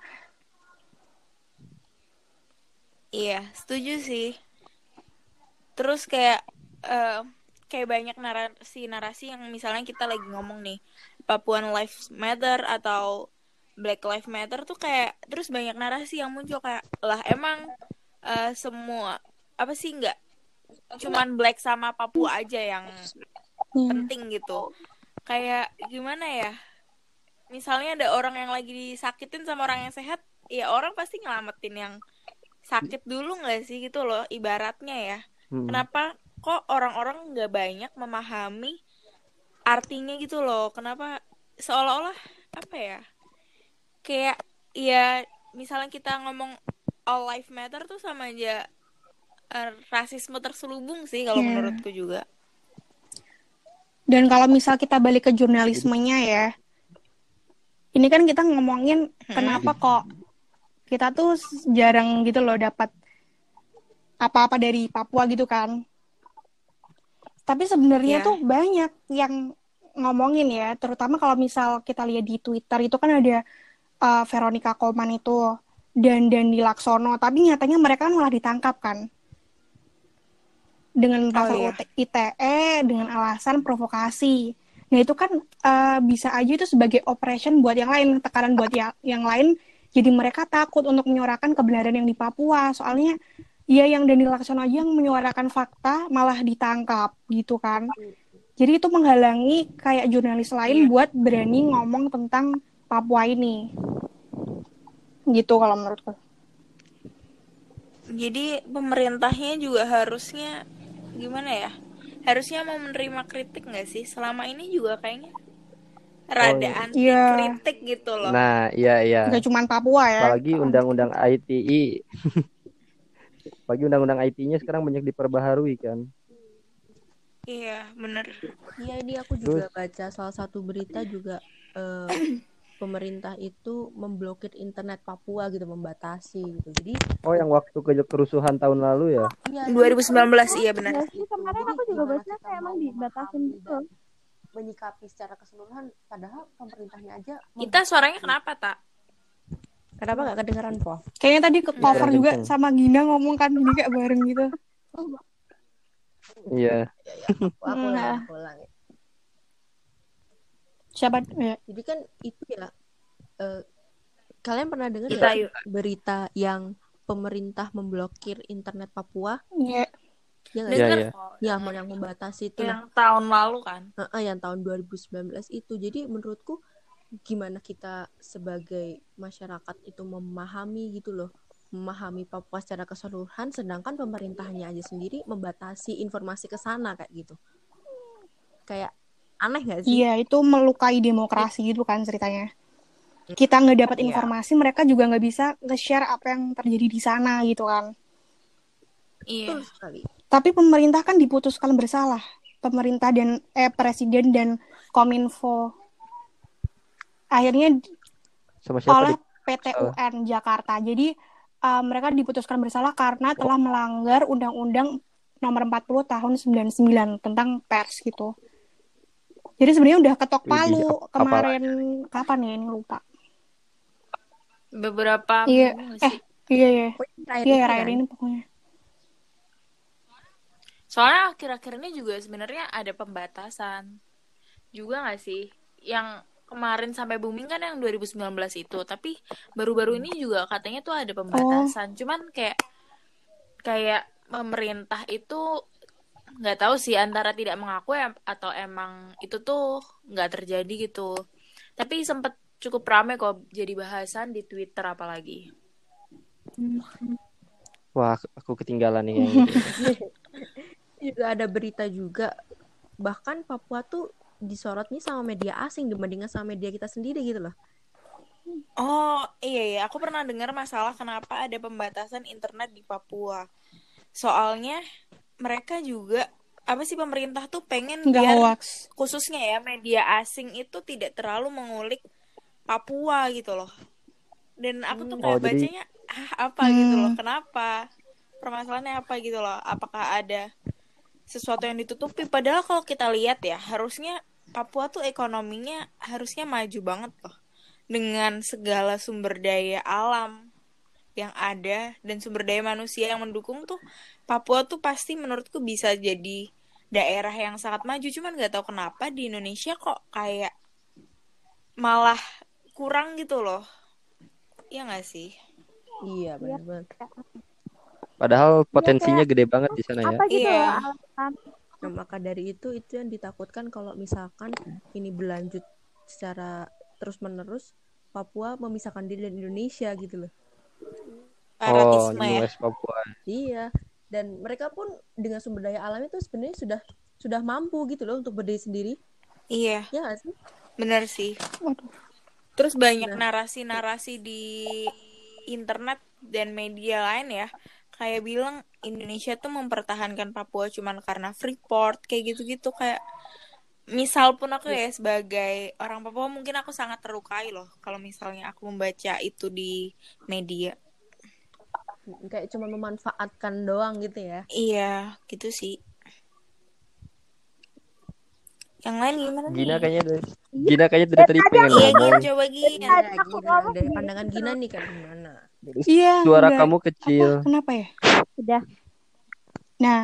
Iya, setuju sih. Terus kayak banyak narasi yang misalnya kita lagi ngomong nih Papuan Lives Matter atau Black Lives Matter tuh kayak terus banyak narasi yang muncul kayak lah emang semua apa sih, nggak cuman Black sama Papua aja yang penting gitu. Kayak gimana ya, misalnya ada orang yang lagi disakitin sama orang yang sehat, ya orang pasti nyelamatin yang sakit dulu nggak sih gitu loh ibaratnya ya. Kenapa kok orang-orang nggak banyak memahami artinya gitu loh? Kenapa seolah-olah apa ya, kayak ya misalnya kita ngomong all life matter tuh sama aja rasisme terselubung sih kalau menurutku juga. Dan kalau misal kita balik ke jurnalismenya ya, ini kan kita ngomongin kenapa kok kita tuh jarang gitu loh dapat apa-apa dari Papua gitu kan. Tapi sebenarnya tuh banyak yang ngomongin ya, terutama kalau misal kita lihat di Twitter itu kan ada Veronica Koman itu dan Dandi Laksono, tapi nyatanya mereka malah ditangkap kan dengan pasal ITE dengan alasan provokasi. Nah itu kan bisa aja itu sebagai operation buat yang lain, tekanan buat yang lain, jadi mereka takut untuk menyuarakan kebenaran yang di Papua, soalnya ya yang Dandi Laksono aja yang menyuarakan fakta malah ditangkap gitu kan. Jadi itu menghalangi kayak jurnalis lain buat berani ngomong tentang Papua ini. Gitu kalau menurutku. Jadi pemerintahnya juga harusnya gimana ya? Harusnya mau menerima kritik nggak sih? Selama ini juga kayaknya rada anti kritik gitu loh. Nah, iya. Gak cuma Papua ya. Apalagi undang-undang ITI. Apalagi undang-undang IT-nya sekarang banyak diperbaharui kan. Iya, bener. Iya, ini aku juga baca salah satu berita juga pemerintah itu memblokir internet Papua gitu, membatasi gitu. Jadi yang waktu kerusuhan tahun lalu ya? 2019, iya benar. Kemarin aku juga baca kayak emang dibatasin gitu. Menyikapi secara keseluruhan, padahal pemerintahnya aja. Kita suaranya kenapa, Tak? Kenapa nggak kedengeran, Po? Kayaknya tadi ke cover juga sama Gina ngomong kan, jadi kayak bareng gitu. Iya. Aku ulang. Siapa? Ya. Jadi kan itu ya, kalian pernah dengar ya berita yang pemerintah memblokir internet Papua? Iya. Iya. Yang membatasi itu. Yang tahun lalu kan? Yang tahun 2019 itu. Jadi menurutku gimana kita sebagai masyarakat itu memahami gitu loh, memahami Papua secara keseluruhan, sedangkan pemerintahnya aja sendiri membatasi informasi ke sana kayak gitu. Kayak aneh nggak sih? Iya, itu melukai demokrasi gitu kan ceritanya. Kita nggak dapat informasi, mereka juga nggak bisa nge-share apa yang terjadi di sana gitu kan. Iya. Betul sekali. Tapi pemerintah kan diputuskan bersalah. Pemerintah dan Presiden dan Kominfo akhirnya oleh PT UN Jakarta. Jadi mereka diputuskan bersalah karena telah melanggar Undang-Undang Nomor 40 Tahun 99 tentang pers gitu. Jadi sebenarnya udah ketok Widih, palu apalagi. kemarin, kapan ya ini lupa. Beberapa Iya, minggu nggak sih? iya. Pokoknya terakhir Iya, ini akhir kan. ini pokoknya. Soalnya akhir-akhir ini juga sebenarnya ada pembatasan juga nggak sih? Yang kemarin sampai booming kan yang 2019 itu, tapi baru-baru ini juga katanya tuh ada pembatasan. Cuman kayak pemerintah itu nggak tahu sih antara tidak mengakui atau emang itu tuh nggak terjadi gitu. Tapi sempet cukup rame kok jadi bahasan di Twitter apalagi. Wah, aku ketinggalan nih yang gitu. Juga ada berita juga, bahkan Papua tuh disorot nih sama media asing dibandingkan sama media kita sendiri gitu loh. Oh iya, aku pernah dengar masalah kenapa ada pembatasan internet di Papua. Soalnya mereka juga apa sih pemerintah tuh pengen Nggak biar hoax. khususnya ya media asing itu tidak terlalu mengulik Papua gitu loh. Dan aku tuh kayak jadi bacanya apa gitu loh, kenapa? Permasalahannya apa gitu loh? Apakah ada sesuatu yang ditutupi? Padahal kalau kita lihat ya, harusnya Papua tuh ekonominya harusnya maju banget loh. Dengan segala sumber daya alam yang ada dan sumber daya manusia yang mendukung tuh, Papua tuh pasti menurutku bisa jadi daerah yang sangat maju. Cuman nggak tahu kenapa di Indonesia kok kayak malah kurang gitu loh. Iya nggak sih? Iya benar banget. Padahal potensinya gede banget di sana ya. Apa gitu Iya. loh alasan. Nah, maka dari itu yang ditakutkan kalau misalkan ini berlanjut secara terus-menerus, Papua memisahkan diri dari Indonesia gitu loh. Separatisme ya. US Papua. Iya, dan mereka pun dengan sumber daya alam itu sebenarnya sudah mampu gitu loh untuk berdiri sendiri. Iya, Ya nggak sih? benar sih. Terus banyak narasi-narasi di internet dan media lain ya, kayak bilang Indonesia tuh mempertahankan Papua cuman karena Freeport, kayak gitu-gitu. Kayak misal pun aku ya sebagai orang Papua mungkin aku sangat terlukai loh kalau misalnya aku membaca itu di media. Kayak cuma memanfaatkan doang gitu ya. Iya, gitu sih. Yang lain gimana Gina nih? kayaknya dari tadi pengen Iya, ngomong. Gin, coba Gin. Ya, Gina, dari pandangan Gina nih kayak gimana? Iya. Suara nggak- kamu kecil. Kenapa ya? Udah. Nah,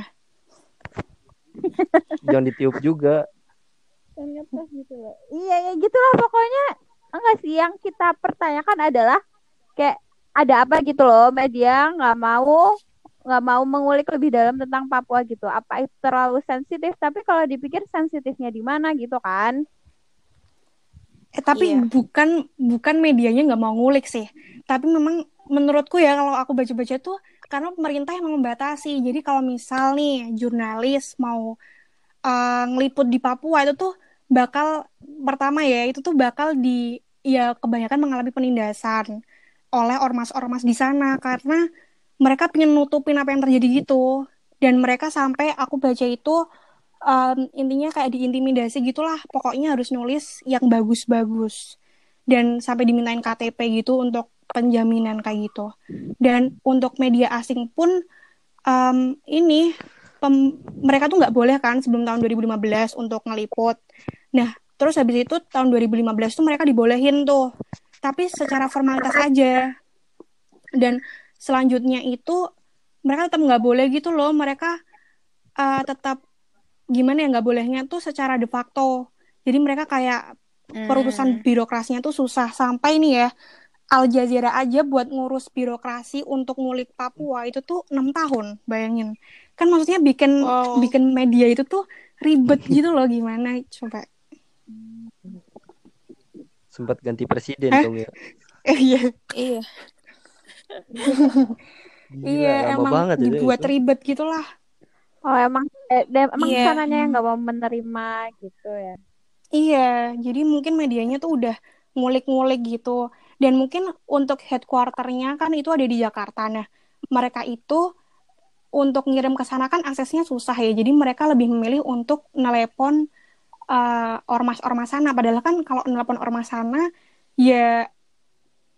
Jangan ditiup juga. Ngetes gitu loh. Iya, ya gitulah pokoknya. Enggak sih, yang kita pertanyakan adalah kayak ada apa gitu loh, media nggak mau mengulik lebih dalam tentang Papua gitu. Apa itu terlalu sensitif? Tapi kalau dipikir sensitifnya di mana gitu kan? tapi Iya. bukan medianya nggak mau ngulik sih. Tapi memang menurutku ya kalau aku baca-baca tuh karena pemerintah yang membatasi. Jadi kalau misal nih jurnalis mau ngeliput di Papua itu tuh bakal pertama ya itu tuh bakal kebanyakan mengalami penindasan oleh ormas-ormas di sana karena mereka pengen nutupin apa yang terjadi gitu. Dan mereka sampai aku baca itu intinya kayak diintimidasi gitulah. Pokoknya harus nulis yang bagus-bagus. Dan sampai dimintain KTP gitu untuk penjaminan kayak gitu. Dan untuk media asing pun mereka tuh nggak boleh kan sebelum tahun 2015 untuk ngeliput. Nah, terus habis itu tahun 2015 tuh mereka dibolehin tuh. Tapi secara formalitas aja. Dan selanjutnya itu mereka tetap nggak boleh gitu loh. Mereka tetap gimana ya nggak bolehnya tuh secara de facto. Jadi mereka kayak perurusan birokrasinya tuh susah. Sampai nih ya Al Jazeera aja buat ngurus birokrasi untuk ngulik Papua itu tuh 6 tahun, bayangin. Kan maksudnya bikin media itu tuh ribet gitu loh, gimana coba. Sempat ganti presiden dong ya. Iya. Iya. Gila, Iya, lama emang banget ya dibuat itu. ribet gitulah. Oh emang Iya. sananya yang nggak mau menerima gitu ya. Iya, jadi mungkin medianya tuh udah ngulik-ngulik gitu. Dan mungkin untuk headquarternya kan itu ada di Jakarta. Nah, mereka itu untuk ngirim ke sana kan aksesnya susah ya. Jadi mereka lebih memilih untuk nelepon ormas-ormas sana. Padahal kan kalau nelepon ormas sana ya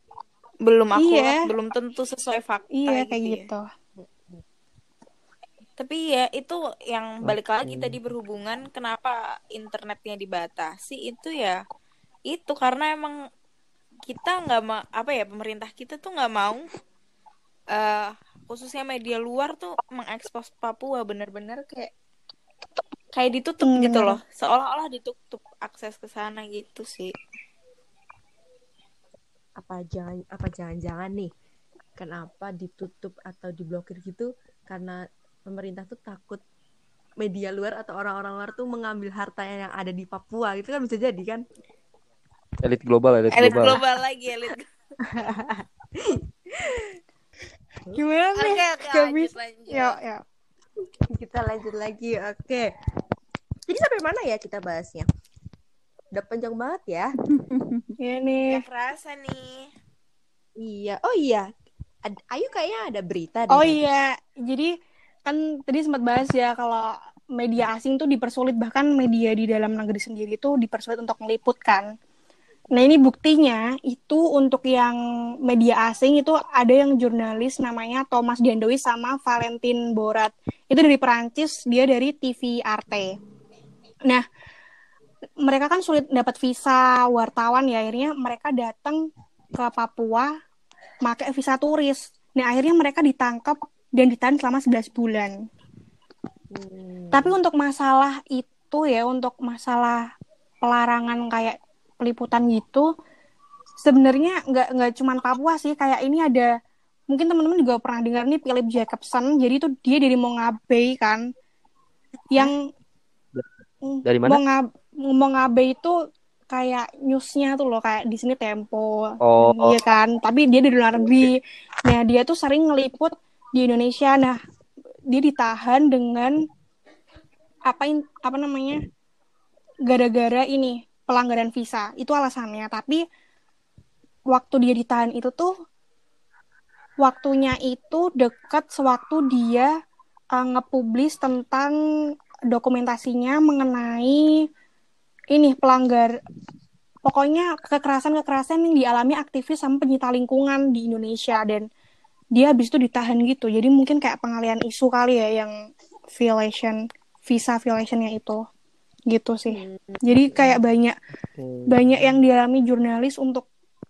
Belum akurat, iya, belum tentu sesuai fakta iya kayak gitu ya. gitu. Tapi ya itu yang balik lagi tadi berhubungan kenapa internetnya dibatasi itu ya itu karena emang kita nggak mau apa ya pemerintah kita tuh nggak mau eh khususnya media luar tuh mengekspos Papua bener-bener kayak ditutup gitu Bener. loh seolah-olah ditutup akses ke sana gitu sih. Apa jangan-jangan nih kenapa ditutup atau diblokir gitu karena pemerintah tuh takut media luar atau orang-orang luar tuh mengambil harta yang ada di Papua gitu kan bisa jadi kan. Elit global. Elit global lagi elit. Gimana nih? Oke, Gak bisa. lanjut. Ya. Kita lanjut lagi. Oke. Jadi sampai mana ya kita bahasnya? Udah panjang banget ya. Iya nih. Gak kerasa nih. Iya. Oh iya. Ayu kayaknya ada berita deh. Oh iya. Jadi kan tadi sempat bahas ya kalau media asing tuh dipersulit, bahkan media di dalam negeri sendiri tuh dipersulit untuk meliput kan. Nah ini buktinya itu untuk yang media asing itu ada yang jurnalis namanya Thomas Dandois sama Valentin Borat. Itu dari Perancis, dia dari TV Arte. Nah mereka kan sulit dapat visa wartawan ya, akhirnya mereka datang ke Papua pakai visa turis. Nah akhirnya mereka ditangkap dan ditahan selama 11 bulan. Tapi untuk masalah itu ya, untuk masalah pelarangan kayak peliputan gitu, sebenarnya nggak cuma Papua sih. Kayak ini ada, mungkin teman-teman juga pernah dengar nih Philip Jacobson. Jadi itu dia dari Mongabey kan, yang Dari mana? Mongabey itu kayak newsnya tuh loh, kayak di sini Tempo, Oh. iya kan. Tapi dia dari luar negeri. Nah dia tuh sering ngeliput di Indonesia. Nah dia ditahan dengan apa namanya, gara-gara ini pelanggaran visa, itu alasannya. Tapi waktu dia ditahan itu tuh waktunya itu dekat sewaktu dia nge-publish tentang dokumentasinya mengenai ini pokoknya kekerasan yang dialami aktivis sama pencinta lingkungan di Indonesia, dan dia habis itu ditahan gitu. Jadi mungkin kayak pengalian isu kali ya, yang visa violationnya itu gitu sih. Jadi kayak banyak yang dialami jurnalis untuk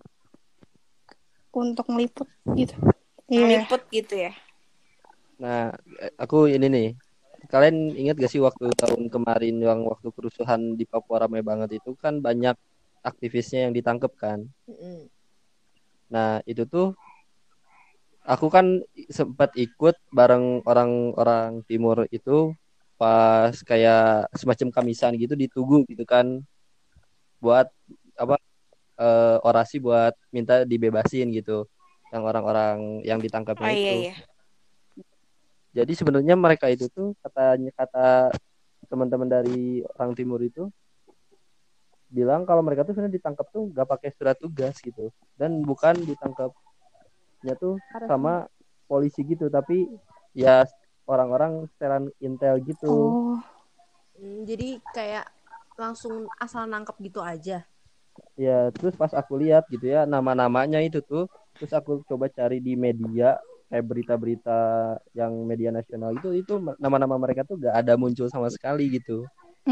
meliput gitu. Meliput gitu ya. Nah, aku ini nih. Kalian ingat gak sih waktu tahun kemarin yang waktu kerusuhan di Papua ramai banget itu kan banyak aktivisnya yang ditangkap kan? Nah, itu tuh aku kan sempat ikut bareng orang-orang timur itu pas kayak semacam kamisan gitu di Tugu gitu kan buat apa orasi buat minta dibebasin gitu yang orang-orang yang ditangkapnya itu. Iya. Jadi sebenarnya mereka itu tuh kata teman-teman dari orang timur itu bilang kalau mereka tuh sebenarnya ditangkap tuh nggak pakai surat tugas gitu dan bukan ditangkapnya tuh sama polisi gitu tapi ya orang-orang setelan intel gitu. Jadi kayak langsung asal nangkep gitu aja. Ya terus pas aku lihat gitu ya nama-namanya itu tuh terus aku coba cari di media kayak berita-berita yang media nasional itu nama-nama mereka tuh gak ada muncul sama sekali gitu.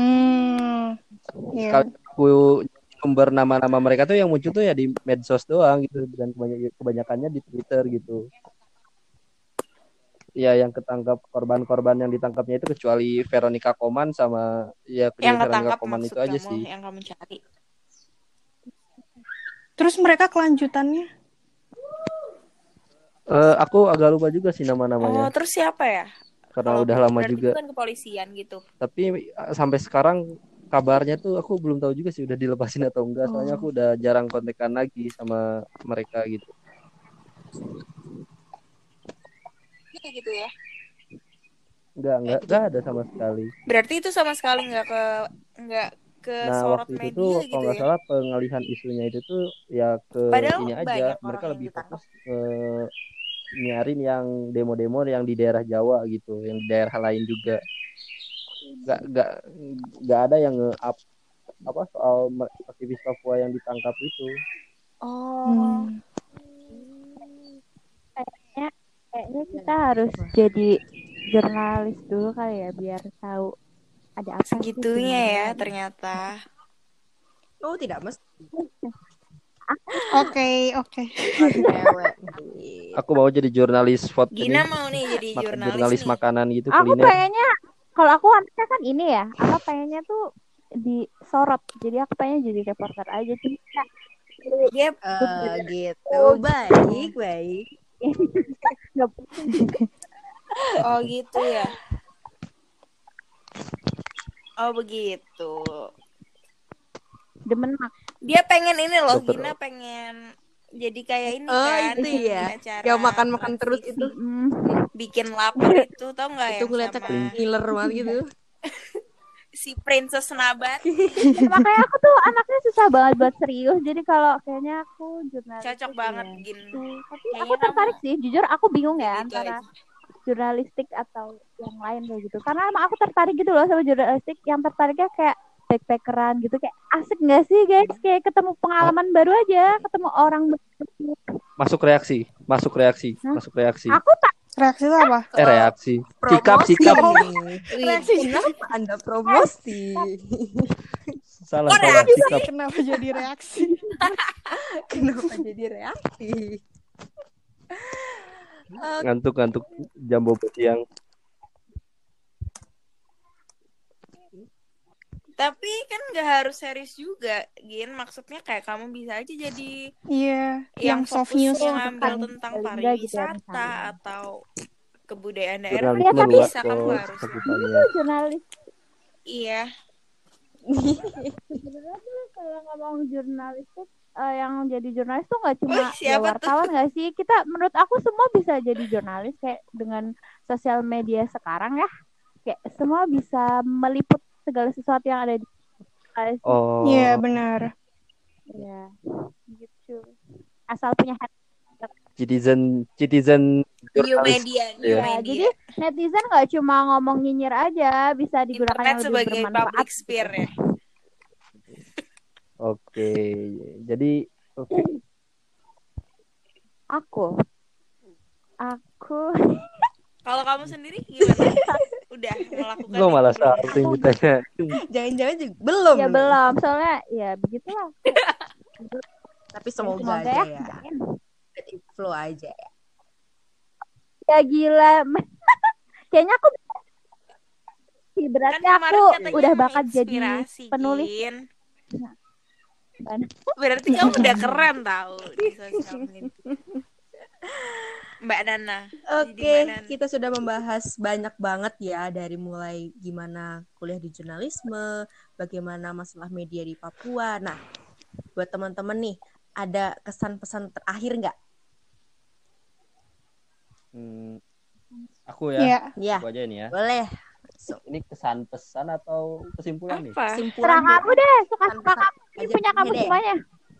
Sekali aku sumber nama-nama mereka tuh yang muncul tuh ya di medsos doang gitu dan kebanyakannya di Twitter gitu. Ya yang ketangkap korban-korban yang ditangkapnya itu kecuali Veronica Koman sama ya yang Veronica ketangkap Koman itu aja sih. yang kamu cari. Terus mereka kelanjutannya? Aku agak lupa juga sih nama-namanya. Oh, terus siapa ya? Karena kalau udah lama juga. Kan kepolisian gitu. Tapi sampai sekarang kabarnya tuh aku belum tahu juga sih udah dilepasin atau enggak. Soalnya aku udah jarang kontekan lagi sama mereka gitu. Gitu ya? Enggak ada sama sekali. Berarti itu sama sekali enggak ke sorot waktu itu media tuh gitu kalau nggak salah pengalihan isunya itu tuh ya ke padahal ini aja mereka lebih fokus nyarin yang demo-demo yang di daerah Jawa gitu yang di daerah lain juga nggak ada yang nge-up apa soal aktivis Papua yang ditangkap itu. Kayaknya kita harus jadi jurnalis dulu kali ya biar tahu ada apa sih Segitunya ya sebenarnya. ternyata. Oh, tidak mesti. Oke. Oh, cewek. Aku mau jadi jurnalis food Gina ini, mau nih jadi jurnalis jurnalis nih. makanan gitu, Aku kuliner. pengennya kalau aku anaknya kan ini ya, apa pengennya tuh disorot. Jadi aku pengen jadi reporter aja sih. Dia Gitu. Baik. oh gitu ya. Oh begitu. Demen Dia pengen ini loh, Dokter. Gina pengen jadi kayak ini Oh, kan itu yang ya. acara Yang makan-makan terus TV. itu. Bikin lapar itu tau nggak Itu yang ngeliatnya sama ngiler banget gitu. si Princess Nabati. makanya aku tuh anaknya susah banget buat serius. Jadi kalau kayaknya aku jurnalis Cocok banget Gin. Tapi Kayaknya aku tertarik kamu sih. Jujur aku bingung ya kayak gitu antara aja. jurnalistik atau yang lain kayak gitu. Karena emang aku tertarik gitu loh sama jurnalistik. Yang tertariknya kayak backpackeran gitu, kayak asik nggak sih guys? Kayak ketemu pengalaman baru aja, ketemu orang baru. Masuk reaksi. Hah? Masuk reaksi. Aku tak Reaksi itu apa? Reaksi. Promosi. Sikap. Wih, Reaksi. kenapa Anda promosi? Salah, Oh, salah reaksi. sikap. Kenapa jadi reaksi? Kenapa jadi reaksi? Ngantuk jam bobo siang. Tapi kan nggak harus serius juga, Gin. Maksudnya kayak kamu bisa aja jadi Iya, yang soft fokus news. ngambil kan tentang enggak gitu ya, pariwisata misalnya. atau kebudayaan daerah kan Jurnalisme juga luas bisa, kamu kok nggak harus. cakupannya. jurnalis. Iya. Sebenarnya tuh kalau ngomong jurnalistik, yang jadi jurnalis tuh nggak cuma Wih, siapa tuh? wartawan nggak sih? Kita menurut aku semua bisa jadi jurnalis kayak dengan sosial media sekarang ya. Kayak semua bisa meliput segala sesuatu yang ada di Oh. Iya, benar. ya gitu. Asal punya Citizen New jurnalis. media, Iya. jadi netizen nggak cuma ngomong nyinyir aja, bisa digunakan internet yang lebih sebagai bermanfaat. public sphere ya. Oke. Jadi Aku Kalau kamu sendiri gimana? Udah melakukan gue malah itu belum? salting ditanya. Jangan-jangan juga belum. ya nih. belum, soalnya ya begitulah. Tapi semoga Semoga aja ya. ya. Flow aja ya. Ya gila. Kayaknya aku berarti Kan kemarin aku katanya udah bakat jadi menginspirasi, penulis. Gin. Berarti kamu udah keren tau di sosial media. Mbak Nana. Jadi Oke, Mbak Nana. kita sudah membahas banyak banget ya, dari mulai gimana kuliah di jurnalisme, bagaimana masalah media di Papua. Nah, buat teman-teman nih, ada kesan pesan terakhir nggak? Aku ya. Iya. Ya, Aku aja ini ya. boleh. Ini kesan pesan atau kesimpulan nih? Apa? Kesimpulan Terang kamu deh, suka-suka kamu. Ini Aja punya kamu deh. semuanya.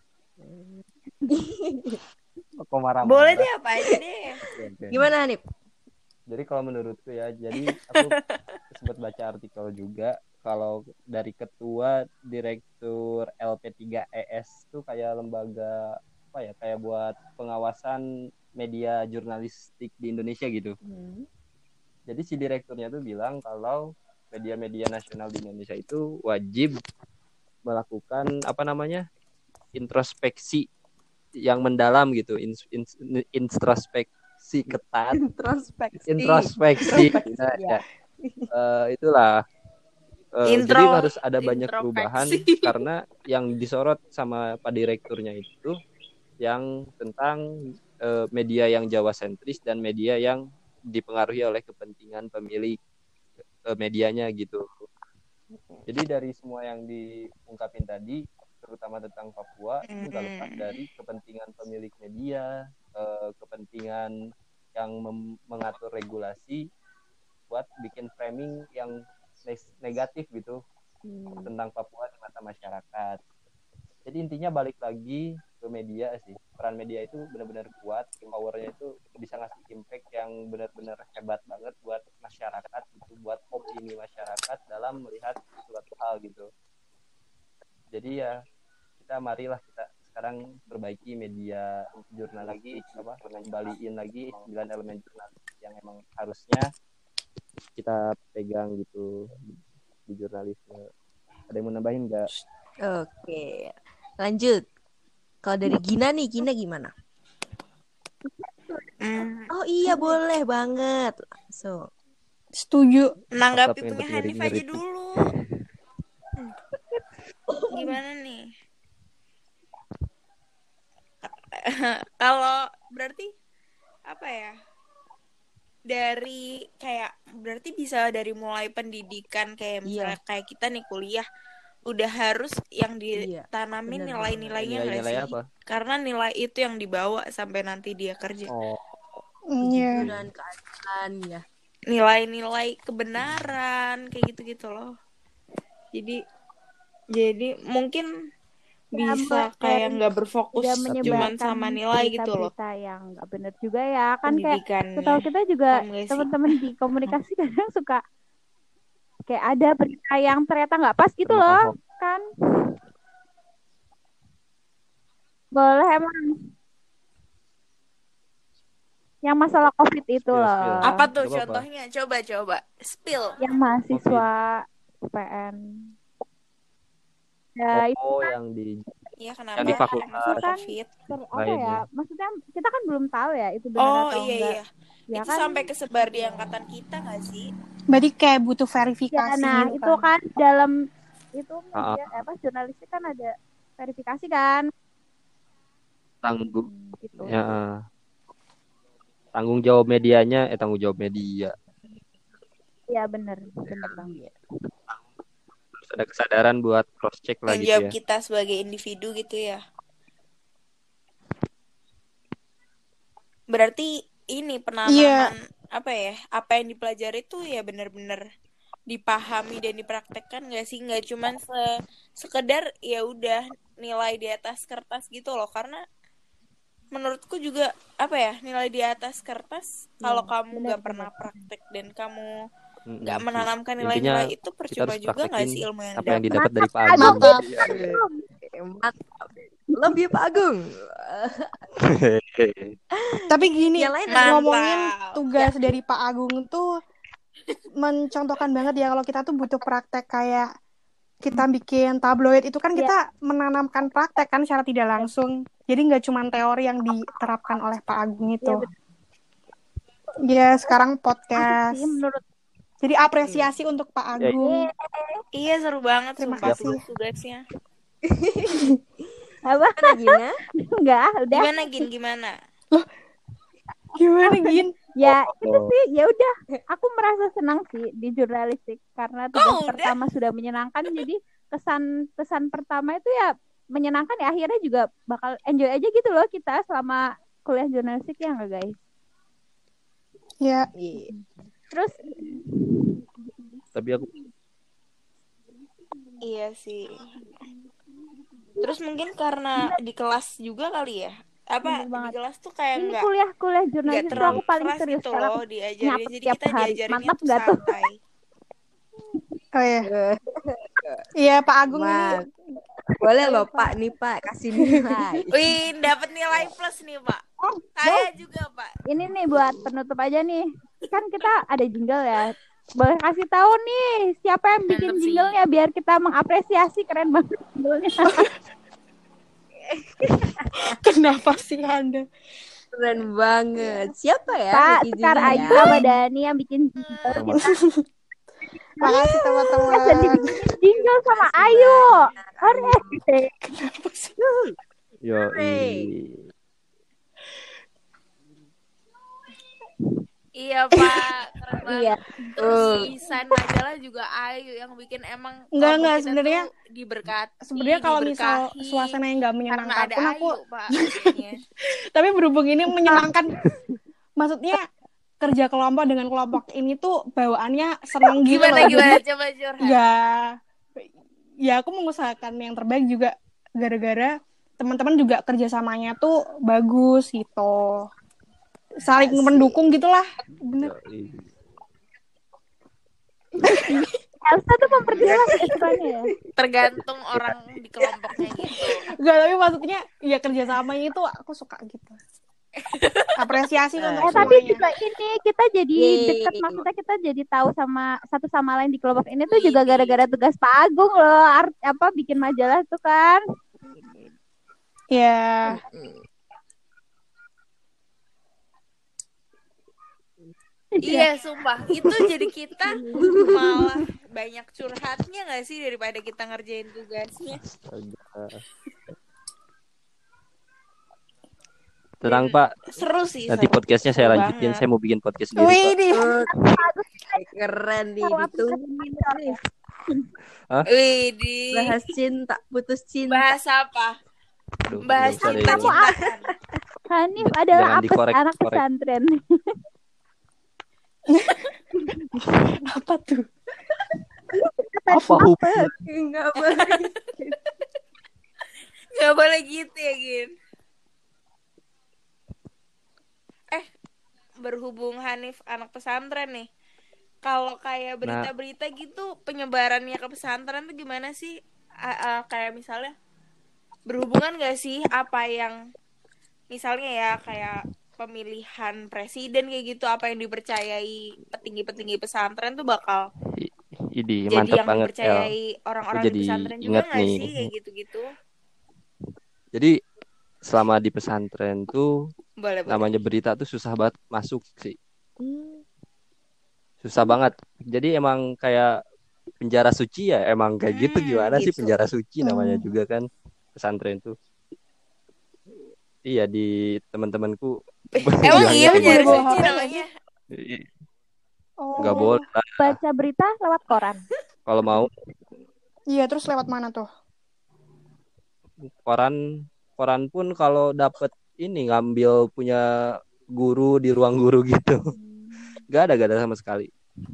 Kok marah? Boleh deh apa aja deh. Oke. Gimana nih? Jadi kalau menurutku ya, jadi aku sempat baca artikel juga kalau dari ketua direktur LP3ES tuh kayak lembaga apa ya, kayak buat pengawasan media jurnalistik di Indonesia gitu. Jadi si direkturnya tuh bilang kalau media-media nasional di Indonesia itu wajib melakukan apa namanya, introspeksi yang mendalam gitu, introspeksi ketat, introspeksi. Nah, ya. Itulah. Jadi harus ada banyak perubahan karena yang disorot sama Pak Direkturnya itu yang tentang media yang Jawa sentris dan media yang dipengaruhi oleh kepentingan pemilik medianya gitu. Jadi dari semua yang diungkapin tadi, terutama tentang Papua, itu nggak lepas dari kepentingan pemilik media, kepentingan yang mengatur regulasi buat bikin framing yang negatif gitu tentang Papua di mata masyarakat. Jadi intinya balik lagi ke media sih. Peran media itu benar-benar kuat, powernya itu bisa ngasih impact yang benar-benar hebat banget buat masyarakat gitu, buat opini masyarakat dalam melihat suatu hal gitu. Jadi ya marilah kita sekarang perbaiki media jurnal lagi, kembaliin lagi 9 elemen jurnal yang emang harusnya kita pegang gitu di jurnalisme. Ada yang mau nambahin nggak? Oke, lanjut. Kalau dari Gina nih, Gina gimana? Oh iya, boleh banget. Langsung. Setuju. Menanggapi Pengen punya pakai Hanif aja ngirit-ngirit. dulu. Gimana nih? Kalau berarti apa ya? Dari kayak berarti bisa dari mulai pendidikan kayak misalnya kayak kita nih kuliah udah harus yang ditanamin bener nilai-nilainya nggak Nilai-nilai sih? apa? Karena nilai itu yang dibawa sampai nanti dia kerja. Oh, Iya. Dan keadilan ya. Nilai-nilai kebenaran kayak gitu-gitu loh. Jadi mungkin bisa kayak nggak berfokus udah cuman menyebarkan sama nilai gitu loh. berita-berita yang nggak benar juga ya kan, kayak Pendidikannya. setahu kita juga Paham gak sih? teman-teman di komunikasi kadang suka kayak ada berita yang ternyata nggak pas gitu loh kan. Boleh emang yang masalah COVID itu Spill, loh. spill. Apa tuh Gak apa-apa. contohnya? Coba spill. Yang mahasiswa UPN. Ya itu Oh, kan yang di Iya kenapa? yang di fakultas. Masalah kan COVID. apa lainnya. ya? Maksudnya kita kan belum tahu ya itu benar Oh atau iya enggak. iya. Ya Itu kan? sampai kesebar di angkatan kita nggak sih? Berarti kayak butuh Ya, verifikasi nah gitu itu kan dalam itu Ah. media jurnalistik kan ada verifikasi kan. Tanggung Gitu. ya tanggung jawab medianya tanggung jawab media. Iya benar Bang. Terus ada kesadaran buat cross check lah Tanggung gitu jawab ya. kita sebagai individu gitu ya. Berarti ini penanaman apa ya? Apa yang dipelajari tuh ya benar-benar dipahami dan dipraktekkan nggak sih? Nggak cuman sekedar ya udah nilai di atas kertas gitu loh. Karena menurutku juga apa ya, nilai di atas kertas kalau kamu nggak pernah praktek dan kamu nggak menanamkan nilai-nilai itu Kita percuma harus juga nggak sih praktekin ilmu yang apa yang didapat? didapat dari Pak Agung. Agung. Mantap. Love you Pak Agung. Tapi gini, Yang lain ngomongin Mantap. tugas dari Pak Agung tuh mencontohkan banget ya kalau kita tuh butuh praktek kayak kita bikin tabloid itu kan kita menanamkan praktek kan secara tidak langsung. Jadi nggak cuma teori yang diterapkan oleh Pak Agung itu. Ya sekarang podcast. Sih, menurut Jadi apresiasi untuk Pak Agung. Iya seru banget Terima sumpah kasih. tugasnya. apa? Mana Gina? Enggak, udah. Gimana Gin gimana? Gimana Gin? Ya itu sih ya udah. Aku merasa senang sih di jurnalistik karena tugas pertama sudah menyenangkan. Jadi kesan pertama itu ya menyenangkan ya, akhirnya juga bakal enjoy aja gitu loh kita selama kuliah jurnalistik ya nggak guys? Ya. Terus Tapi aku Iya sih. Terus mungkin karena di kelas juga kali ya. Apa di kelas tuh kayak ini enggak kuliah jurnalistik tuh terlalu aku paling keras serius gitu karena loh aku diajarin. nyatet Jadi tiap kita hari. diajarinnya Mantap tuh nggak tuh? santai. Oh ya. Iya Pak Agung ini. Boleh loh Pak nih Pak kasih nilai. Wih, dapat nilai plus nih, Pak. Saya juga, Pak. Ini nih buat penutup aja nih. Kan kita ada jingle ya. Boleh kasih tahu nih siapa yang bikin Mantep sih. jinglenya biar kita mengapresiasi, keren banget jinglenya. Kenapa sih Anda? Keren banget. Siapa ya? Pak bikin Sekar jingle Ayu ya? sama Dani yang bikin jingle. Makasih teman-teman. Jadi bikin jingle sama Ayu. Hore. yo Iya, Pak. Keren banget. Iya. Terus desain majalah juga Ayu yang bikin emang Enggak, kelompok kita sebenarnya- tuh diberkati. Sebenarnya kalau misal diberkahi. suasana yang nggak karena menyenangkan ada pun aku Ayu, Pak. kayaknya. tapi berhubung ini menyenangkan. Maksudnya kerja kelompok dengan kelompok ini tuh bawaannya seneng gitu Gimana loh. gimana coba curhat. Ya aku mengusahakan yang terbaik juga gara-gara teman-teman juga kerjasamanya tuh bagus gitu. Saling mendukung gitulah. Bener. Elsa tuh memperjelas istilahnya ya. Tergantung orang di kelompoknya gitu. Enggak, tapi maksudnya ya kerjasamanya itu aku suka gitu. Apresiasi untuk Tapi semuanya. juga ini kita jadi deket, maksudnya kita jadi tahu sama satu sama lain di kelompok ini tuh juga gara-gara tugas Pak Agung loh, bikin majalah tuh kan. Ya. Iya, sumpah. Itu jadi kita malah banyak curhatnya nggak sih daripada kita ngerjain tugasnya. Astaga. Tenang Pak, Seru sih. nanti seru. podcastnya saya Seru lanjutin. banget. Saya mau bikin podcast sendiri Pak. Widih. Keren nih, ditungguin nih. Widih. Bahas cinta, putus cinta. Bahas apa? Aduh, Bahas nggak usah deh. cinta-cintaan. Hanif adalah Jangan apa dikorek, anak korek. pesantren. Apa tuh? Apa hubungan? Enggak boleh. Gak boleh gitu ya, Gin. Berhubung Hanif anak pesantren nih. Kalau kayak berita-berita gitu penyebarannya ke pesantren tuh gimana sih? Kayak misalnya berhubungan gak sih apa yang misalnya ya kayak pemilihan presiden kayak gitu, apa yang dipercayai petinggi-petinggi pesantren tuh bakal Ini jadi mantep yang banget El. dipercayai orang-orang Aku di jadi pesantren juga ingat gak nih. sih kayak gitu-gitu? Jadi selama di pesantren tuh Boleh. namanya berita tuh susah banget masuk sih. Susah banget. Jadi emang kayak penjara suci ya, emang kayak gitu. Gimana sih gitu. penjara suci namanya juga kan pesantren tuh. Iya, di teman-temanku Emang iya bilangnya kayak penjara gitu. suci namanya? Nggak boleh lah. Baca berita lewat koran. Kalau mau Iya, terus lewat mana tuh? koran pun kalau dapet ini ngambil punya guru di ruang guru gitu. Gak ada sama sekali.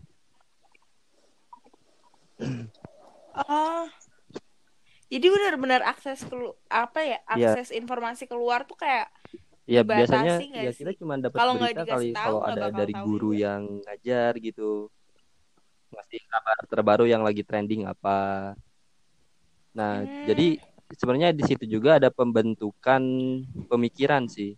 Oh. Jadi benar-benar akses akses informasi keluar tuh kayak Ya dibatasi biasanya nggak ya sih? kita cuma dapat Kalau nggak berita dikasih kali tahu, kalau nggak ada bakal dari tahu guru juga. yang ngajar gitu. Ngasih kabar terbaru yang lagi trending apa. Nah, jadi sebenarnya di situ juga ada pembentukan pemikiran sih.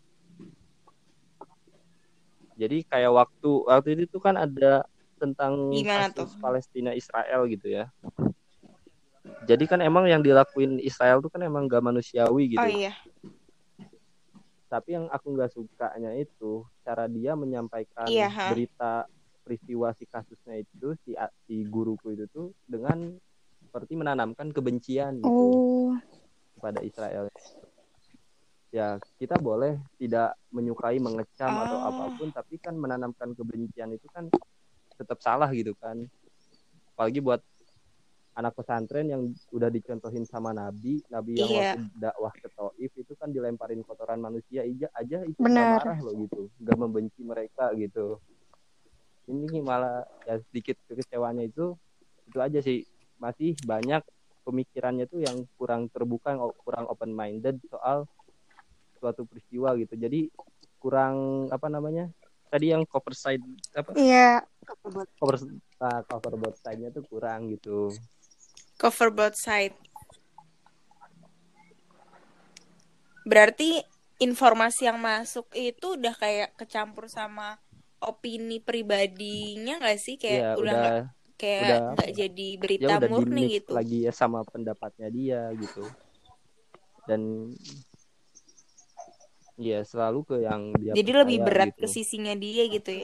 Jadi kayak waktu itu kan ada tentang Gimana kasus tuh? Palestina Israel gitu ya. Jadi kan emang yang dilakuin Israel tuh kan emang gak manusiawi gitu. Oh iya. Tapi yang aku nggak sukanya itu cara dia menyampaikan Iya, berita peristiwa si kasusnya itu si guruku itu tuh dengan seperti menanamkan kebencian gitu kepada Israel. Ya kita boleh tidak menyukai, mengecam atau apapun, tapi kan menanamkan kebencian itu kan tetap salah gitu kan. Apalagi buat anak pesantren yang udah dicontohin sama Nabi yang waktu dakwah ke Taif itu kan dilemparin kotoran manusia aja itu gak marah loh gitu, gak membenci mereka gitu. Ini malah ya sedikit kekecewanya itu aja sih, masih banyak pemikirannya tuh yang kurang terbuka, kurang open minded soal suatu peristiwa gitu. Jadi kurang tadi yang cover side cover both side-nya tuh kurang gitu. Cover both side. Berarti informasi yang masuk itu udah kayak kecampur sama opini pribadinya nggak sih? Kayak udah nggak jadi berita murni gitu. Lagi ya sama pendapatnya dia gitu. Dan ya selalu ke yang dia jadi percaya, lebih berat gitu. ke sisinya dia gitu ya.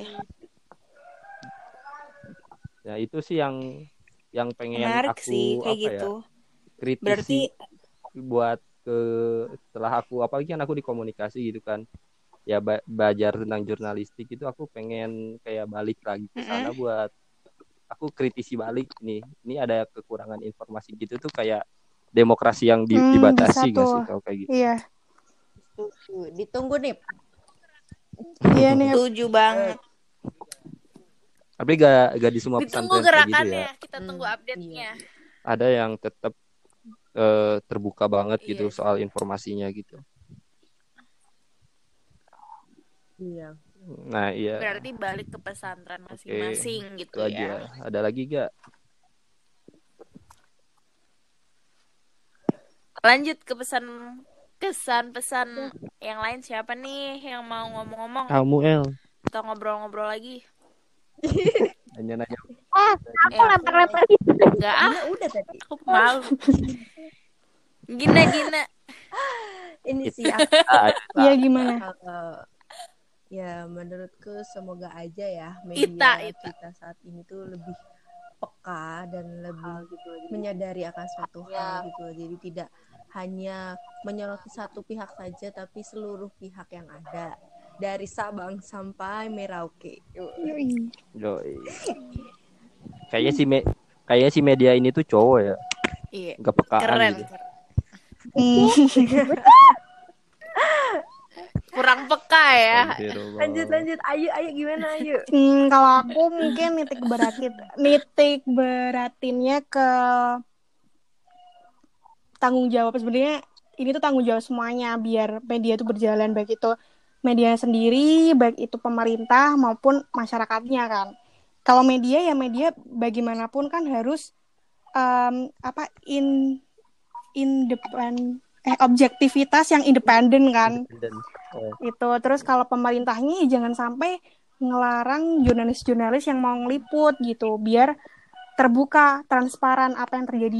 Ya itu sih yang pengen menarik aku sih, kayak gitu. Kritisi berarti buat setelah aku, apalagi kan aku di komunikasi gitu kan ya, belajar tentang jurnalistik itu aku pengen kayak balik lagi ke sana buat aku kritisi balik nih, ini ada kekurangan informasi gitu tuh, kayak demokrasi yang dibatasi nggak sih kalau kayak gitu. Iya. Ditunggu nih. Iya nih. Setuju banget. Tapi gak di semua ditunggu pesantren gerakannya, gitu ya. Kita tunggu update-nya. Ada yang tetap terbuka banget gitu soal informasinya gitu. Iya. Nah iya. Berarti balik ke pesantren masing-masing gitu itu ya. Aja. Ada lagi gak? Lanjut ke pesan kesan pesan yang lain siapa nih yang mau ngomong-ngomong Kamu El. atau ngobrol-ngobrol lagi? Nanya-nanya. Aku lempar-lempar gitu. Enggak ah, Gina udah tadi. aku malu. Gina. Ini sih aku Iya gimana? ya menurutku semoga aja ya Ita. media kita saat ini tuh lebih peka dan lebih menyadari akan suatu hal gitu. Jadi tidak hanya menyoroti satu pihak saja tapi seluruh pihak yang ada dari Sabang sampai Merauke. Yoi. Yoi. Kayaknya si media ini tuh cowok ya. Iya. Gak pekaan Keren. gitu. Kurang peka ya. Lanjut ayo gimana ayo. Kalau aku mungkin nitik beratinnya ke tanggung jawab. Sebenarnya ini tuh tanggung jawab semuanya biar media itu berjalan, baik itu media sendiri, baik itu pemerintah maupun masyarakatnya kan. Kalau media ya media bagaimanapun kan harus objektivitas yang independen kan. Itu terus kalau pemerintahnya ya jangan sampai ngelarang jurnalis-jurnalis yang mau ngeliput gitu, biar terbuka, transparan apa yang terjadi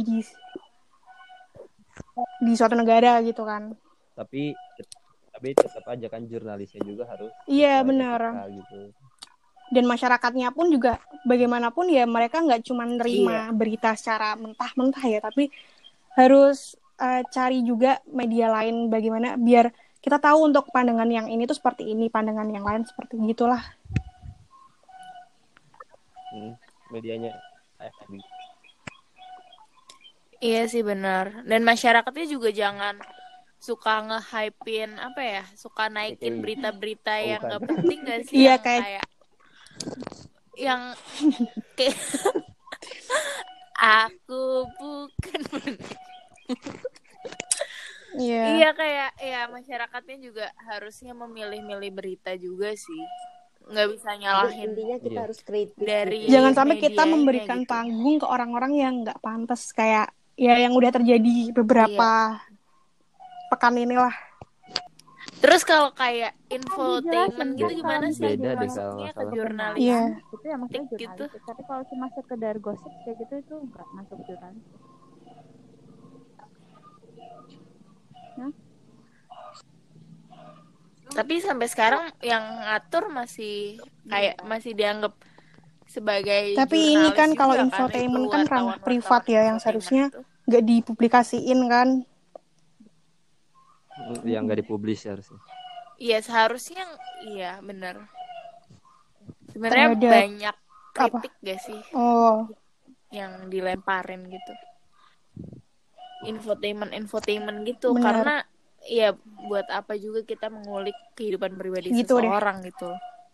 di suatu negara gitu kan. Tapi tetap aja kan jurnalisnya juga harus. Iya benar. Gitu. Dan masyarakatnya pun juga bagaimanapun ya mereka nggak cuma nerima berita secara mentah-mentah ya, tapi harus cari juga media lain bagaimana biar kita tahu untuk pandangan yang ini tuh seperti ini, pandangan yang lain seperti gitulah. Medianya Iya sih benar. Dan masyarakatnya juga jangan suka nge-hypein suka naikin berita-berita yang nggak penting nggak sih? Iya yang kayak yang kayak aku bukan Iya kayak ya masyarakatnya juga harusnya memilih-milih berita juga sih. Nggak bisa nyalahin. Intinya kita harus kritis. Jangan sampai kita memberikan panggung ke orang-orang yang nggak pantas, kayak ya yang udah terjadi beberapa pekan inilah. Terus kalau kayak infotainment gitu gimana sih? Beda deh Masuknya ke kalau jurnalis. Iya. Itu ya maksudnya jurnalis. Gitu. Tapi kalau cuma sekedar gosip kayak gitu itu nggak masuk jurnalis. Tapi sampai sekarang yang ngatur masih dianggap sebagai tapi ini kan jurnalis kalau juga infotainment itu kan ranah wartawan-wartawan privat ya yang seharusnya nggak dipublikasiin kan. Yang nggak dipublish harusnya. Iya seharusnya iya benar. Sebenarnya Terhadap banyak kritik gak sih yang dilemparin gitu. Infotainment gitu. Benar. Karena ya buat apa juga kita mengulik kehidupan pribadi Gitu seseorang gitu.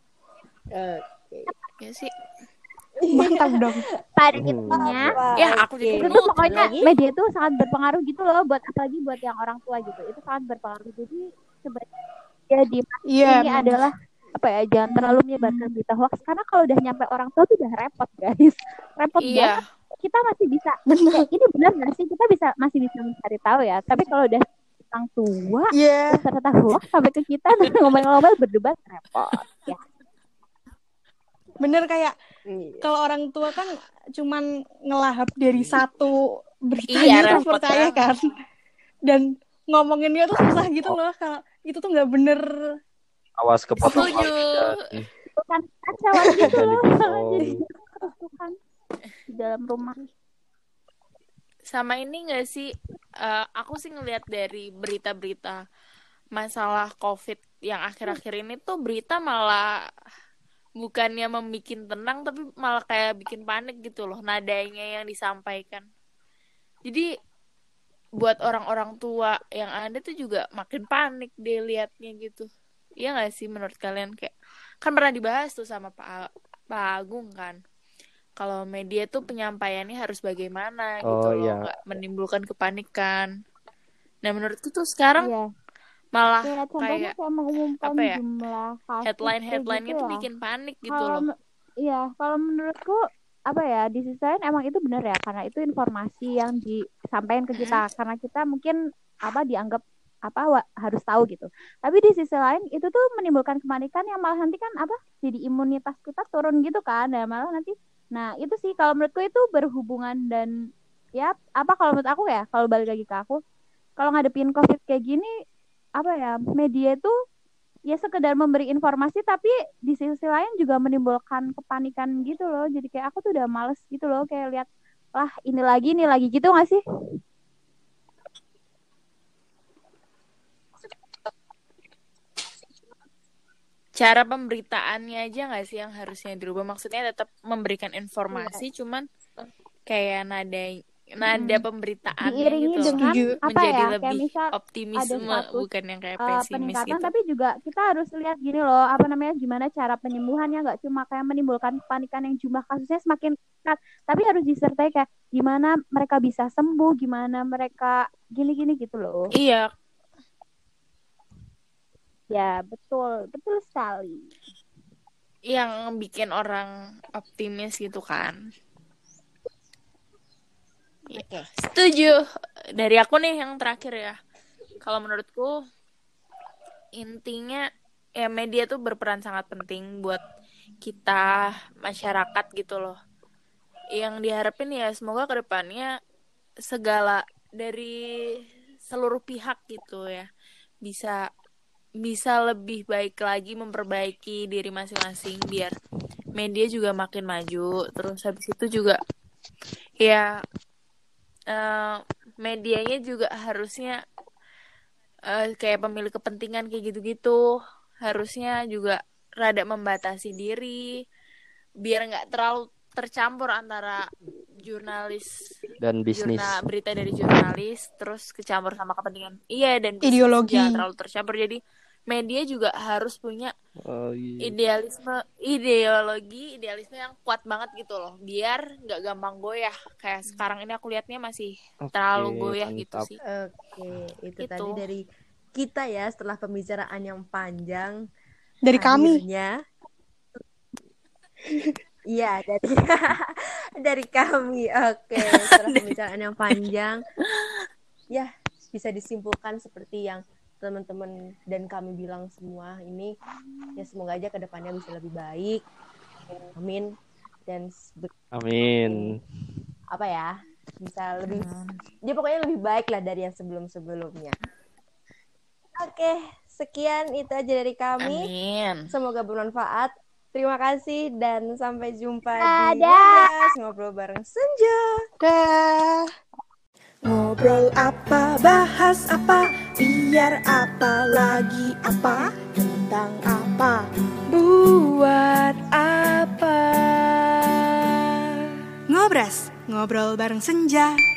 Ya sih. Mantap dong. Pada intinya Ya aku jadi itu tuh pokoknya media itu sangat berpengaruh gitu loh, apalagi buat yang orang tua gitu. Itu sangat berpengaruh. Jadi sebenarnya ini adalah jangan terlalu menyebarkan berita hoax, karena kalau udah nyampe orang tua tuh udah repot guys. Repot banget. Kita masih bisa ini benar nggak sih, kita masih bisa mencari tahu ya, tapi kalau udah orang tua ternyata hoax sampai ke kita ngomel-ngomel berdebat repot ya. Bener, kayak kalau orang tua kan cuman ngelahap dari satu beritanya terus percaya kan, dan ngomonginnya tuh susah gitu loh. Kalau itu tuh nggak bener. Awas kepotong bukan kacauan gitu loh. Jadi kerusuhan di dalam rumah. Sama ini nggak sih, aku sih ngelihat dari berita-berita masalah COVID yang akhir-akhir ini tuh berita malah bukannya membikin tenang, tapi malah kayak bikin panik gitu loh nadanya yang disampaikan. Jadi buat orang-orang tua yang ada tuh juga makin panik deh liatnya gitu. Iya nggak sih menurut kalian? Kayak kan pernah dibahas tuh sama Pak Agung kan, kalau media tuh penyampaiannya harus bagaimana gitu loh, nggak menimbulkan kepanikan. Nah menurutku tuh sekarang malah kayak apa ya, headline-headline-nya tuh bikin panik gitu loh. Iya, kalau menurutku di sisi lain emang itu benar ya, karena itu informasi yang disampaikan ke kita, karena kita mungkin dianggap harus tahu gitu. Tapi di sisi lain itu tuh menimbulkan kepanikan yang malah nanti kan jadi imunitas kita turun gitu kan, dan malah nanti itu sih kalau menurutku itu berhubungan. Dan ya kalau menurut aku ya, kalau balik lagi ke aku, kalau ngadepin COVID kayak gini media itu ya sekedar memberi informasi, tapi di sisi lain juga menimbulkan kepanikan gitu loh. Jadi kayak aku tuh udah males gitu loh, kayak lihat ini lagi gitu nggak sih? Cara pemberitaannya aja nggak sih yang harusnya dirubah? Maksudnya tetap memberikan informasi, cuman kayak nada pemberitaannya diiringi gitu dengan menjadi kayak lebih misal optimisme, ada status bukan yang kayak pesimis peningkatan, gitu. tapi juga kita harus lihat gini loh, gimana cara penyembuhannya, nggak cuma kayak menimbulkan kepanikan yang jumlah kasusnya semakin meningkat, tapi harus disertai kayak gimana mereka bisa sembuh, gimana mereka gini gitu loh. Iya. Ya, betul sekali. Yang bikin orang optimis gitu kan. Oke. Setuju. Dari aku nih yang terakhir ya. Kalau menurutku intinya ya media tuh berperan sangat penting buat kita masyarakat gitu loh. Yang diharapin ya semoga kedepannya segala dari seluruh pihak gitu ya bisa lebih baik lagi memperbaiki diri masing-masing biar media juga makin maju. Terus habis itu juga ya medianya juga harusnya kayak pemilik kepentingan kayak gitu-gitu harusnya juga rada membatasi diri biar nggak terlalu tercampur antara jurnalis dan bisnis, berita dari jurnalis terus kecampur sama kepentingan dan bisnis, ideologi, jangan terlalu tercampur. Jadi media juga harus punya idealisme yang kuat banget gitu loh, biar nggak gampang goyah. Kayak sekarang ini aku lihatnya masih terlalu goyah gitu sih. Itu tadi dari kita ya, setelah pembicaraan yang panjang dari kami. Iya, dari kami. Oke, setelah pembicaraan yang panjang, ya bisa disimpulkan seperti yang teman-teman dan kami bilang semua ini, ya semoga aja kedepannya bisa lebih baik. Amin. Dan amin. Bisa lebih, dia pokoknya lebih baik lah dari yang sebelum-sebelumnya. Oke, sekian itu aja dari kami. Amin. Semoga bermanfaat. Terima kasih dan sampai jumpa di Ngobrol Bareng Senja. Dah. Ngobrol apa, bahas apa, biar apa lagi apa, tentang apa, buat apa. Ngobras, ngobrol bareng senja.